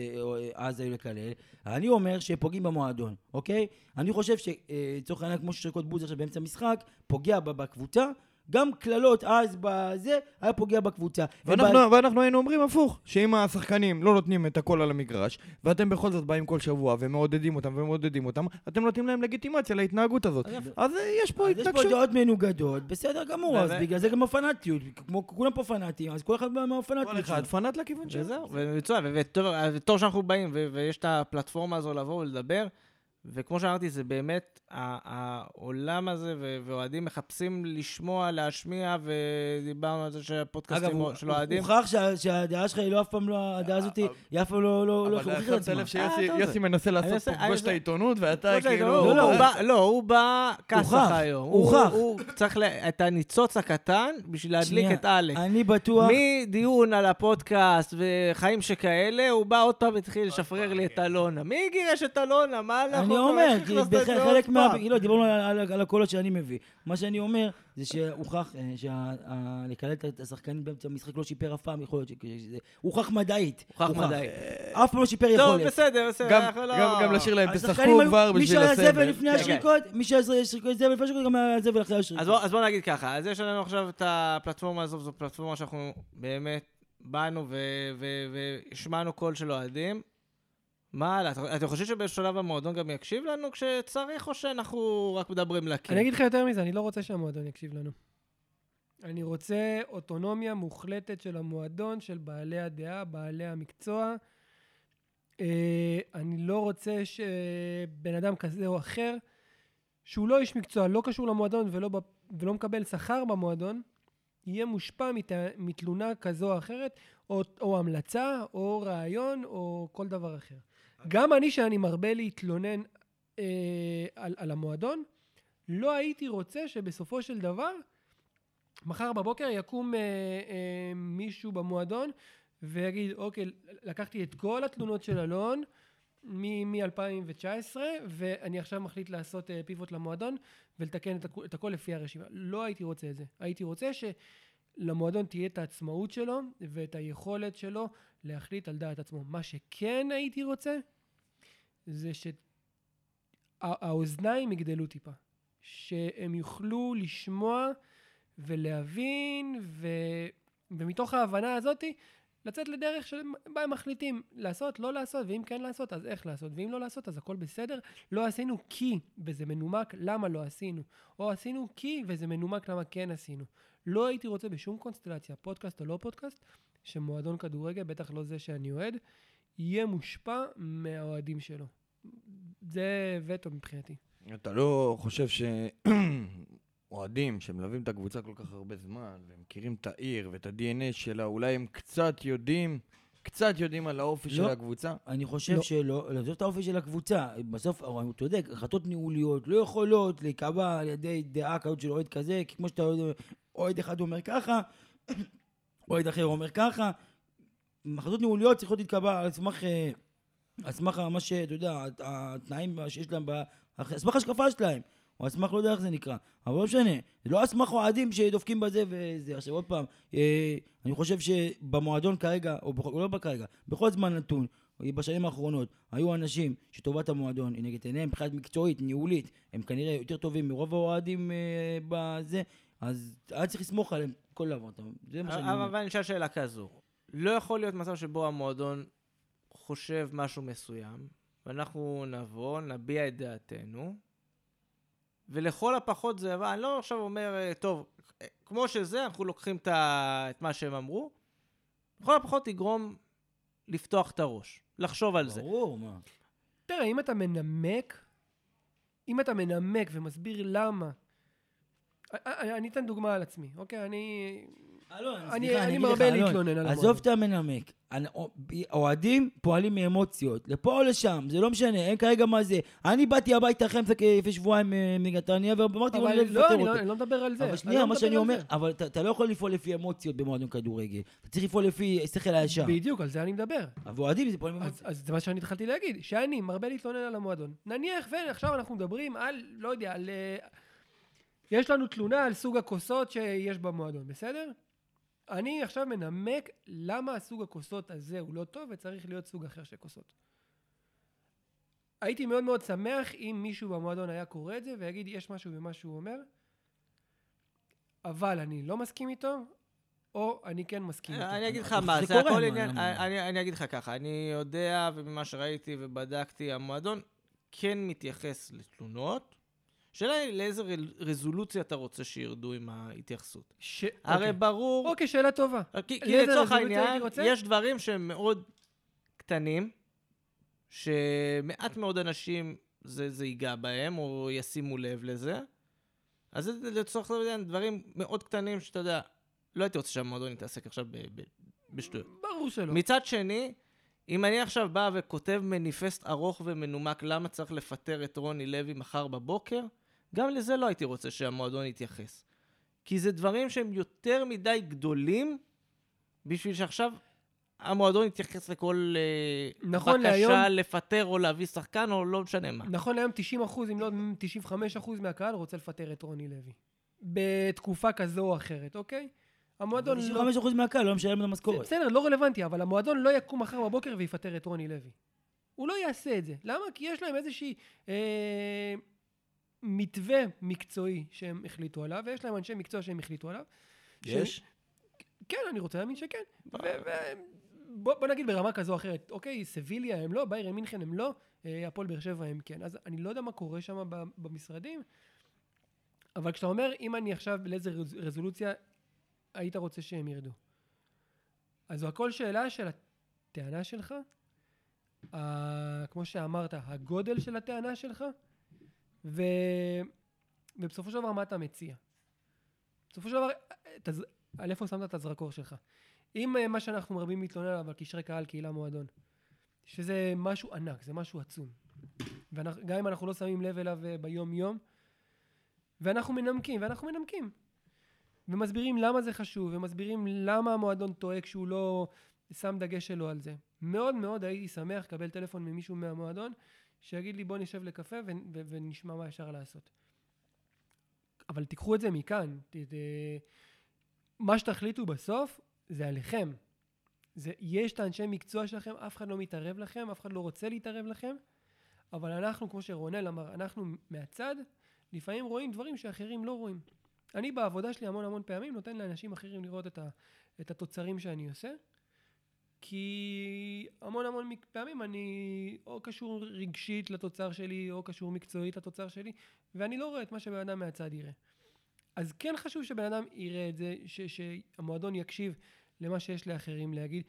אז היו לקלל, אני אומר שפוגעים במועדון, אוקיי? אני חושב שצורך העניין כמו ששריקות בוז עכשיו באמצע משחק, פוגע בקבוצה, גם כללות אז בזה, היה פוגע בקבוצה. ואנחנו היינו אומרים הפוך, שאם השחקנים לא נותנים את הכל על המגרש, ואתם בכל זאת באים כל שבוע ומעודדים אותם, אתם נותנים להם לגיטימציה להתנהגות הזאת. אז יש פה התנגשות. יש פה דעות מנוגדות, בסדר גמור, אז בגלל זה גם הפנאטיות, כמו כולם פה פנאטים, אז כל אחד מהפנאטיות. כל אחד פנאט לכיוון שלו. וזהו, וטוב שאנחנו באים, ויש את הפלטפורמה הזו לבוא ולדבר, וכמו שאמרתי, זה באמת, העולם הזה, ואוהדים מחפשים לשמוע, להשמיע, ודיברנו על זה שהפודקאסטים של אוהדים. הוכח שהדעה שלך היא לא אף פעם לא, הדעה הזאת היא אף פעם לא אבל אתה שם לב שיוסי מנסה לעשות פה פגוש את העיתונות, ואתה לא, כאילו... הוא בא כסך היום. הוכח. הוא צריך את הניצוץ הקטן בשביל להדליק את אלכס. אני בטוח... מדיון על הפודקאסט וחיים שכאלה, הוא בא עוד פעם והתחיל לשפרר לי את אלונה. מי גירש את אלונה? מה אנחנו... אני אומר, כי בחלק לא, דיברנו על הקולות שאני מביא. מה שאני אומר, זה שהוכח לקלל את השחקנים באמצע המשחק לא שיפר אף פעם יכולת. הוכח מדעית. הוכח מדעית. אף פעם לא שיפר יכולת. טוב, בסדר. גם לשיר להם, תשחקו כבר בשביל הסבל. מי שהיה זבל לפני השריקות, גם היה זבל אחרי השריקות. אז בוא נגיד ככה, אז יש לנו עכשיו את הפלטפורמה הזו, זו פלטפורמה שאנחנו באמת באנו והשמענו קול של אוהדים. מה, אתה חושב שבשלב המועדון גם יקשיב לנו כשצריך, או שאנחנו רק מדברים להקים? אני אגיד לך יותר מזה, אני לא רוצה שהמועדון יקשיב לנו. אני רוצה אוטונומיה מוחלטת של המועדון, של בעלי הדעה, בעלי המקצוע. אני לא רוצה שבן אדם כזה או אחר, שהוא לא איש מקצוע, לא קשור למועדון ולא מקבל שכר במועדון, יהיה מושפע מתלונה כזו או אחרת, או המלצה, או רעיון, או כל דבר אחר. גם אני, שאני מרבה להתלונן על המועדון, לא הייתי רוצה שבסופו של דבר, מחר בבוקר יקום מישהו במועדון, ויגיד, אוקיי, לקחתי את כל התלונות של אלון, מ-2019, ואני עכשיו מחליט לעשות פיבוט למועדון, ולתקן את הכל לפי הרשימה. לא הייתי רוצה את זה. הייתי רוצה שלמועדון תהיה את העצמאות שלו, ואת היכולת שלו להחליט על דעת עצמו. מה שכן הייתי רוצה, זה שהאוזניים יגדלו טיפה. שהם יוכלו לשמוע ולהבין, ומתוך ההבנה הזאת, לצאת לדרך שבה הם מחליטים לעשות, לא לעשות, ואם כן לעשות, אז איך לעשות, ואם לא לעשות, אז הכל בסדר. לא עשינו כי, וזה מנומק, למה לא עשינו, או עשינו כי, וזה מנומק, למה כן עשינו. לא הייתי רוצה בשום קונסטלציה, פודקאסט או לא פודקאסט, שמועדון כדורגל, בטח לא זה שאני אוהד, יהיה מושפע מהאוהדים שלו. זה וטו מבחינתי. אתה לא חושב אוהדים שמלווים את הקבוצה כל כך הרבה זמן, והם מכירים את העיר ואת ה-DNA שלה, אולי הם קצת יודעים על האופי של הקבוצה? אני חושב שלא, לעזוב את האופי של הקבוצה. בסוף, הוא צודק, החלטות ניהוליות לא יכולות להיקבע על ידי דעה כזאת של אוהד כזה, כי כמו שאתה אוהד אחד אומר ככה, אוהד אחר אומר ככה, החלטות ניהוליות צריכות להתקבע על סמך מה שאתה יודע, התנאים שיש להם, על סמך השקפה שלהם, או על סמך לא יודע איך זה נקרא, אבל לא משנה, זה לא על סמך אוהדים שדופקים בזה וזה. עכשיו עוד פעם, אני חושב שבמועדון כרגע, או לא כרגע, בכל זמן נתון, בשנים האחרונות, היו אנשים שטובת המועדון היא נגד עיניהם, מבחינת מקצועית, ניהולית, הם כנראה יותר טובים מרוב האוהדים בזה, אז היה צריך לסמוך עליהם כל דבר. זה מה שאני אומר. אבל אני אשאל שאלה כזו. לא יכול להיות מצב שבו המועדון חושב משהו מסוים, ואנחנו נבוא, נביע את דעתנו, ולכל הפחות זה, אבל אני לא עכשיו אומר, טוב, כמו שזה, אנחנו לוקחים את מה שהם אמרו, לכל הפחות יגרום לפתוח את הראש, לחשוב על זה. ברור, מה? תראה, אם אתה מנמק ומסביר למה, אני אתן דוגמה על עצמי, אוקיי? אני מרבה להתלונן על המועדון. עזוב את המנמק. אוהדים פועלים מאמוציות, לפה או לשם, זה לא משנה, אין כרגע מה זה. אני באתי הביתה אחרי שבועיים מנתניה, ואמרתי, אני לא מדבר על זה. אבל שנייה, מה שאני אומר, אבל אתה לא יכול לפעול לפי אמוציות במועדון כדורגל. אתה צריך לפעול לפי שכל הישר. בדיוק, על זה אני מדבר. אבל אוהדים זה פועלים מאמוציות. אז זה מה שאני התחלתי להגיד, שאני מרבה להתלונן על המועדון. נניח, ועכשיו אנחנו מדברים על, לא יודע, יש לנו תלונה על סוג הכוסות שיש במועדון, בסדר? אני עכשיו מנמק למה הסוג הכוסות הזה הוא לא טוב וצריך להיות סוג אחר של כוסות. הייתי מאוד מאוד שמח אם מישהו במועדון היה קורא את זה ויגיד יש משהו במה שהוא אומר, אבל אני לא מסכים איתו, או אני כן מסכים איתו. אני אגיד לך מה, זה הכל עניין, אני אגיד לך ככה, אני יודע וממה שראיתי ובדקתי, המועדון כן מתייחס לתלונות, שאלה היא לאיזה רזולוציה אתה רוצה שירדו עם ההתייחסות. הרי ברור... אוקיי, שאלה טובה. כי לצורך העניין, יש דברים שהם מאוד קטנים, שמעט מאוד אנשים זה ייגע בהם, או ישימו לב לזה. אז זה לצורך העניין, דברים מאוד קטנים שאתה יודע, לא הייתי רוצה שהמועדון יתעסק עכשיו בשטויות. ברור שלא. מצד שני, אם אני עכשיו בא וכותב מניפסט ארוך ומנומק למה צריך לפטר את רוני לוי מחר בבוקר, גם לזה לא הייתי רוצה שהמועדון יתייחס. כי זה דברים שהם יותר מדי גדולים, בשביל שעכשיו המועדון יתייחס לכל בקשה לפטר או להביא שחקן או לא משנה מה. נכון להיום 90%, אם לא 95% מהקהל רוצה לפטר את רוני לוי. בתקופה כזו או אחרת, אוקיי? המועדון 95% מהקהל לא משלם את המשכורת. בסדר, לא רלוונטי, אבל המועדון לא יקום מחר בבוקר ויפטר את רוני לוי. הוא לא יעשה את זה. למה? כי יש להם איזושהי מתווה מקצועי שהם החליטו עליו, ויש להם אנשי מקצוע שהם החליטו עליו. יש? כן, אני רוצה להאמין שכן. בוא נגיד ברמה כזו או אחרת. אוקיי, סביליה הם לא, ביירן מינכן הם לא, הפועל באר שבע הם כן. אז אני לא יודע מה קורה שם במשרדים, אבל כשאתה אומר, אם אני עכשיו לאיזה רזולוציה היית רוצה שהם ירדו. אז זו הכל שאלה של הטענה שלך, כמו שאמרת, הגודל של הטענה שלך, ובסופו של דבר מה אתה מציע. בסופו של דבר, על איפה שמת את הזרקור שלך. אם מה שאנחנו מרבים להתלונן עליו על קשרי קהל, קהילה מועדון, שזה משהו ענק, זה משהו עצום. גם אם אנחנו לא שמים לב אליו ביום יום, ואנחנו מנמקים. ומסבירים למה זה חשוב, ומסבירים למה המועדון טועה כשהוא לא שם דגש שלו על זה. מאוד מאוד הייתי שמח לקבל טלפון ממישהו מהמועדון, שיגיד לי בוא נשב לקפה ונשמע מה אפשר לעשות. אבל תיקחו את זה מכאן. מה שתחליטו בסוף זה עליכם. יש את האנשי מקצוע שלכם, אף אחד לא מתערב לכם, אף אחד לא רוצה להתערב לכם, אבל אנחנו, כמו שרונל אמר, אנחנו מהצד, לפעמים רואים דברים שאחרים לא רואים. אני בעבודה שלי המון פעמים נותן לאנשים אחרים לראות את התוצרים שאני עושה, כי המון פעמים אני או קשור רגשית לתוצר שלי, או קשור מקצועית לתוצר שלי, ואני לא רואה את מה שבן אדם מהצד יראה. אז כן חשוב שבן אדם יראה את זה, שהמועדון יקשיב למה שיש לאחרים להגיד,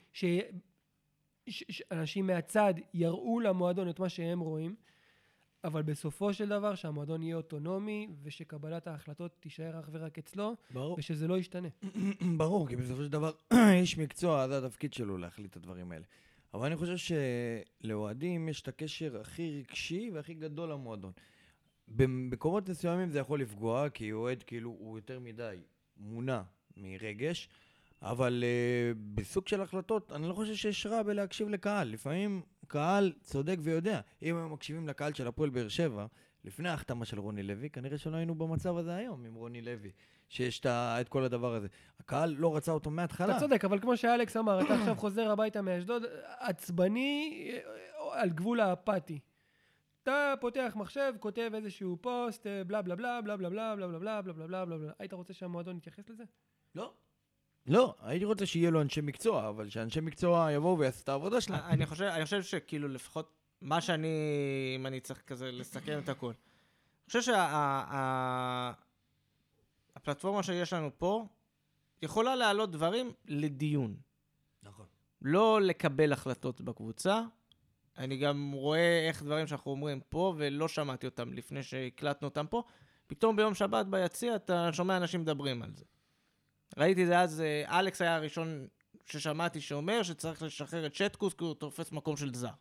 שאנשים מהצד יראו למועדון את מה שהם רואים, אבל בסופו של דבר שהמועדון יהיה אוטונומי, ושקבלת ההחלטות תישאר אך ורק אצלו, ברור. ושזה לא ישתנה. ברור, כי בסופו של דבר איש מקצוע, זה התפקיד שלו להחליט את הדברים האלה. אבל אני חושב שלאוהדים יש את הקשר הכי רגשי והכי גדול למועדון. במקומות מסוימים זה יכול לפגוע, כי אוהד כאילו הוא יותר מדי מונע מרגש, אבל בסוג של החלטות, אני לא חושב שיש רע בלהקשיב לקהל. לפעמים קהל צודק ויודע. אם הם מקשיבים לקהל של הפועל באר שבע, לפני ההחתמה של רוני לוי, כנראה שלא היינו במצב הזה היום עם רוני לוי, שיש את כל הדבר הזה. הקהל לא רצה אותו מההתחלה. אתה צודק, אבל כמו שאלכס אמר, אתה עכשיו חוזר הביתה מאשדוד, עצבני על גבול האפתי. אתה פותח מחשב, כותב איזשהו פוסט, בלה בלה בלה בלה בלה בלה בלה בלה בלה בלה בלה בלה בלה. היית רוצה שהמועדון יתייחס לזה? לא. לא, הייתי רוצה שיהיה לו אנשי מקצוע, אבל שאנשי מקצוע יבואו ויעשו את העבודה שלהם. אני חושב שכאילו לפחות מה שאני, אם אני צריך כזה לסכם את הכל. אני חושב שהפלטפורמה שיש לנו פה יכולה להעלות דברים לדיון. נכון. לא לקבל החלטות בקבוצה. אני גם רואה איך דברים שאנחנו אומרים פה, ולא שמעתי אותם לפני שהקלטנו אותם פה. פתאום ביום שבת ביציע אתה שומע אנשים מדברים על זה. ראיתי זה אז, אלכס היה הראשון ששמעתי שאומר שצריך לשחרר את שטקוס כי הוא תופס מקום של זר.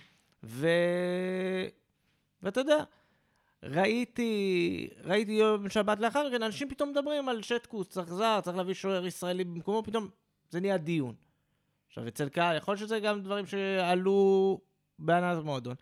ואתה יודע, ראיתי יום שבת לאחר מכן, אנשים פתאום מדברים על שטקוס, צריך זר, צריך להביא שוער ישראלי במקומו, פתאום זה נהיה דיון. עכשיו, אצל קהל, יכול להיות שזה גם דברים שעלו בהנהלת המועדון.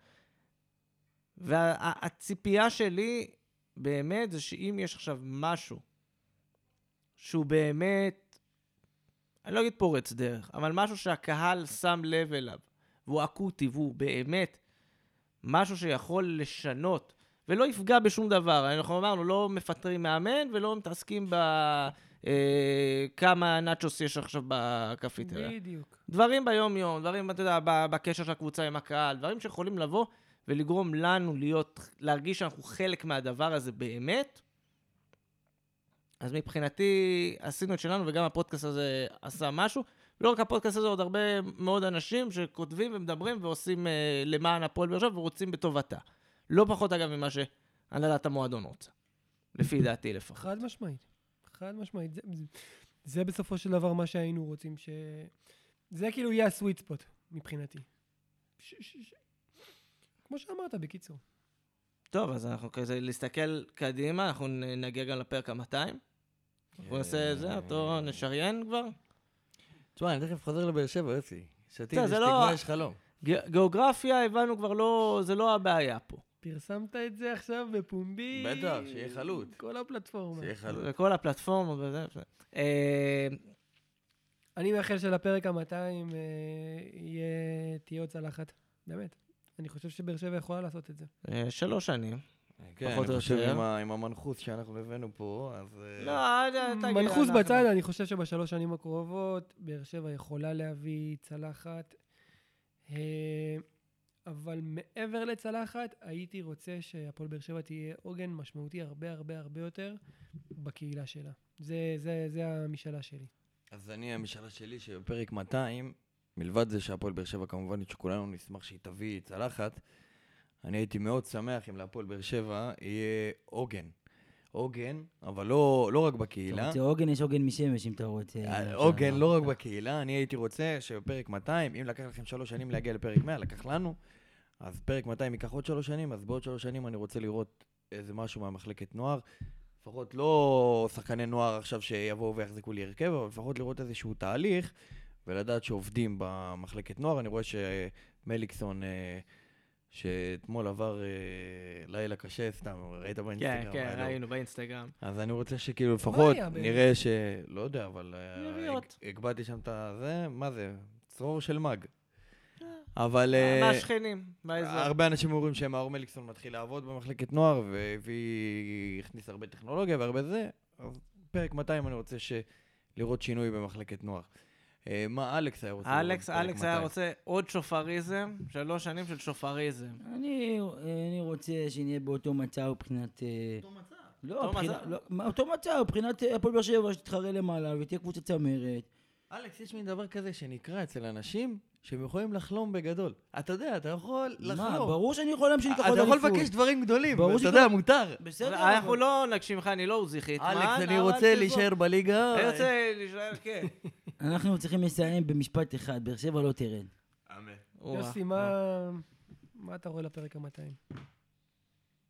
והציפייה שלי באמת זה שאם יש עכשיו משהו שהוא באמת, אני לא אגיד פורץ דרך, אבל משהו שהקהל שם לב אליו, והוא אקוטי, והוא באמת משהו שיכול לשנות, ולא יפגע בשום דבר. אנחנו אמרנו, לא מפטרים מאמן, ולא מתעסקים כמה נאצ'וס יש עכשיו בקפיטריה. בדיוק. דברים ביום-יום, דברים, אתה יודע, בקשר של הקבוצה עם הקהל, דברים שיכולים לבוא ולגרום לנו להרגיש שאנחנו חלק מהדבר הזה באמת. אז מבחינתי עשינו את שלנו, וגם הפודקאסט הזה עשה משהו. לא רק הפודקאסט הזה, עוד הרבה מאוד אנשים שכותבים ומדברים ועושים למען הפועל באר שבע ורוצים בטובתה. לא פחות אגב ממה שהנהלת המועדון רוצה. לפי דעתי לפחות. חד משמעית. חד משמעית. זה בסופו של דבר מה שהיינו רוצים זה כאילו יהיה הסוויט ספוט מבחינתי. כמו שאמרת בקיצור. טוב, אז אנחנו כזה להסתכל קדימה, אנחנו נגיע גם לפרק ה-200. אנחנו נעשה זה, אותו נשריין כבר. תשמע, אני תכף חוזר לבאר שבע, יוצי. שתית, זה יש לא- תקווה, יש חלום. גיאוגרפיה, הבנו כבר לא, זה לא הבעיה פה. פרסמת את זה עכשיו בפומבי. בטח, שיהיה חלוט. כל הפלטפורמה. שיהיה חלוט. וכל הפלטפורמות וזה. אני מאחל שלפרק ה-200 תהיה עוד צלחת. באמת. אני חושב שבאר שבע יכולה לעשות את זה. 3 שנים. כן, פחות או אני חושב יותר. עם המנחוס שאנחנו הבאנו פה, אז... לא, תגיד. מנחוס אנחנו- בצד, אני חושב שבשלוש שנים הקרובות, באר שבע יכולה להביא צלחת. אבל מעבר לצלחת, הייתי רוצה שהפועל באר שבע תהיה עוגן משמעותי הרבה הרבה הרבה יותר בקהילה שלה. זה המשאלה שלי. אז אני, המשאלה שלי שבפרק 200, מלבד זה שהפועל באר שבע כמובן שכולנו נשמח שהיא תביא צלחת, אני הייתי מאוד שמח אם להפועל באר שבע יהיה עוגן. עוגן, אבל לא רק אתה בקהילה. רוצה עוגן, יש עוגן משמש אם אתה רוצה. עוגן לא רק בקהילה, אני הייתי רוצה שבפרק 200, אם לקח לכם 3 שנים להגיע לפרק 100, לקח לנו, אז פרק 200 ייקח עוד 3 שנים, אז בעוד 3 שנים אני רוצה לראות איזה משהו מהמחלקת נוער. לפחות לא שחקני נוער עכשיו שיבואו ויחזיקו לי הרכב, אבל לפחות לראות איזשהו תהליך, ולדעת שעובדים במחלקת נוער. אני רואה שמליקסון, שאתמול עבר לילה קשה, סתם, ראית באינסטגרם? כן, ראינו באינסטגרם. אז אני רוצה שכאילו לפחות היה באמת? נראה לא יודע, אבל יריות. הגבעתי שם את זה, מה זה? צרור של מג. אבל מהשכנים באזור. הרבה אנשים אומרים שמאור מליקסון מתחיל לעבוד במחלקת נוער, והכניס הרבה טכנולוגיה והרבה זה, אז פרק 200 אני רוצה לראות שינוי במחלקת נוער. מה אלכס היה רוצה? אלכס היה רוצה עוד שופריזם, 3 שנים של שופריזם. אני רוצה שנהיה באותו מצב מבחינת... אותו מצב. אותו מצב, מבחינת הפועל באר שבע שתתחרה למעלה ותהיה קבוצה צמרת. אלכס, יש מין דבר כזה שנקרא אצל אנשים שהם יכולים לחלום בגדול. אתה יודע, אתה יכול לחלום. מה, ברור שאני יכול להמשיך אתה לקחת יכול אליפות. לבקש דברים גדולים, ברור אתה שכל- יודע, מותר. בסדר. אנחנו לא נגשים לך, אני לא עוזי חיטמן. אלכס, אני אבל רוצה תבוא. להישאר בליגה. אני רוצה להישאר, כן. אנחנו צריכים לסיים במשפט אחד, באר שבע לא תרד. אמן. יוסי, מה אתה רואה לפרק ה-200?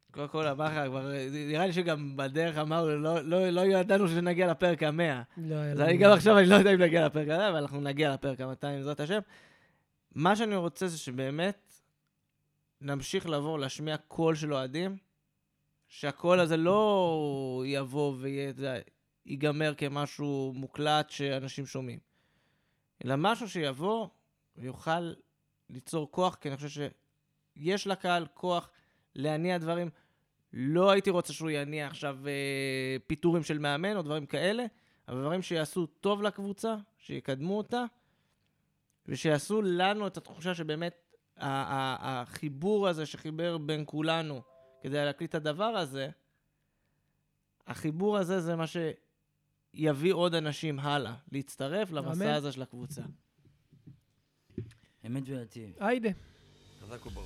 קודם כל, נראה לי שגם בדרך אמרנו, לא ידענו שנגיע לפרק ה-100. אז גם עכשיו אני לא יודע אם נגיע לפרק ה-100, אבל אנחנו נגיע לפרק ה-200, זאת השם. מה שאני רוצה זה שבאמת נמשיך לעבור להשמיע קול של אוהדים, שהקול הזה לא יבוא ויגמר כמשהו מוקלט שאנשים שומעים. אלא משהו שיבוא ויוכל ליצור כוח, כי אני חושב שיש לקהל כוח להניע דברים. לא הייתי רוצה שהוא יניע עכשיו פיטורים של מאמן או דברים כאלה, אבל דברים שיעשו טוב לקבוצה, שיקדמו אותה, ושיעשו לנו את התחושה שבאמת החיבור הזה שחיבר בין כולנו כדי להקליט את הדבר הזה, החיבור הזה זה מה שיביא עוד אנשים הלאה, להצטרף למסע הזה של הקבוצה. אמת ויציב. היידה. חזק וברוך.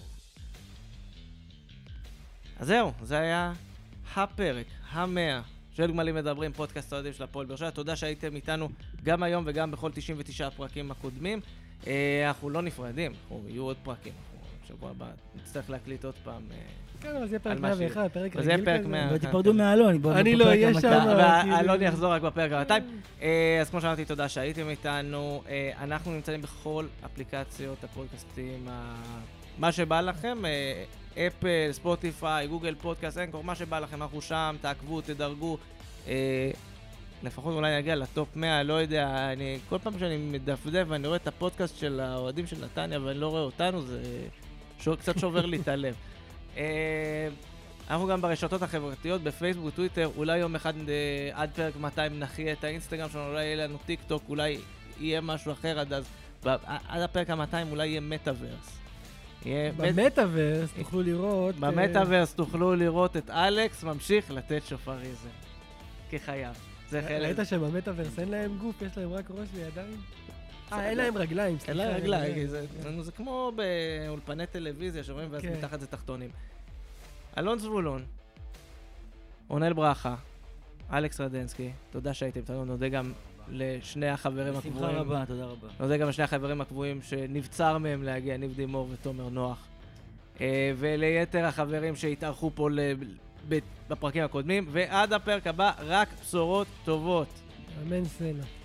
אז זהו, זה היה הפרק, 100 של גמלים מדברים, פודקאסט האוהדים של הפועל באר שבע. תודה שהייתם איתנו גם היום וגם בכל 99 הפרקים הקודמים. אנחנו לא נפרדים, יהיו עוד פרקים. שבוע הבא נצטרך להקליט עוד פעם. כן, אבל זה יהיה פרק 101, פרק זה יהיה רגיל פרק כזה. 100. ותיפרדו מאלון. אני לא אהיה שם. ואלון יחזור רק בפרק ה-200. אז כמו שאמרתי, תודה שהייתם איתנו. אנחנו נמצאים בכל אפליקציות הפודקאסטים, מה שבא לכם, אפל, ספוטיפיי, גוגל פודקאסט, אנקור, מה שבא לכם, אנחנו שם, תעקבו, תדרגו. לפחות אולי נגיע לטופ 100, לא יודע, כל פעם שאני מדפדף ואני רואה את הפודקאסט של האוהדים של נתניה ואני לא רואה אותנו, זה קצת שובר לי את הלב. אנחנו גם ברשתות החברתיות, בפייסבוק וטוויטר, אולי יום אחד עד פרק 200 נחיה את האינסטגרם שלנו, אולי יהיה לנו טיק טוק, אולי יהיה משהו אחר עד אז, עד הפרק ה-200 אולי יהיה מטאברס. במטאברס תוכלו לראות... במטאברס תוכלו לראות את אלכס ממשיך לתת שופריזם. כחייב. ראית שבמטאברס אין להם גוף, יש להם רק ראש וידיים? אין להם רגליים, סליחה. אין להם רגליים, זה כמו באולפני טלוויזיה שרואים ואז מתחת זה תחתונים. אלון זבולון, רונל ברכה, אלכס רדנסקי, תודה שהייתם איתנו, נודה גם לשני החברים הקבועים. בשמחה רבה, תודה רבה. נודה גם לשני החברים הקבועים שנבצר מהם להגיע, ניב דימור ותומר נוח. וליתר החברים שהתארחו פה בפרקים הקודמים, ועד הפרק הבא רק בשורות טובות. אמן סלע.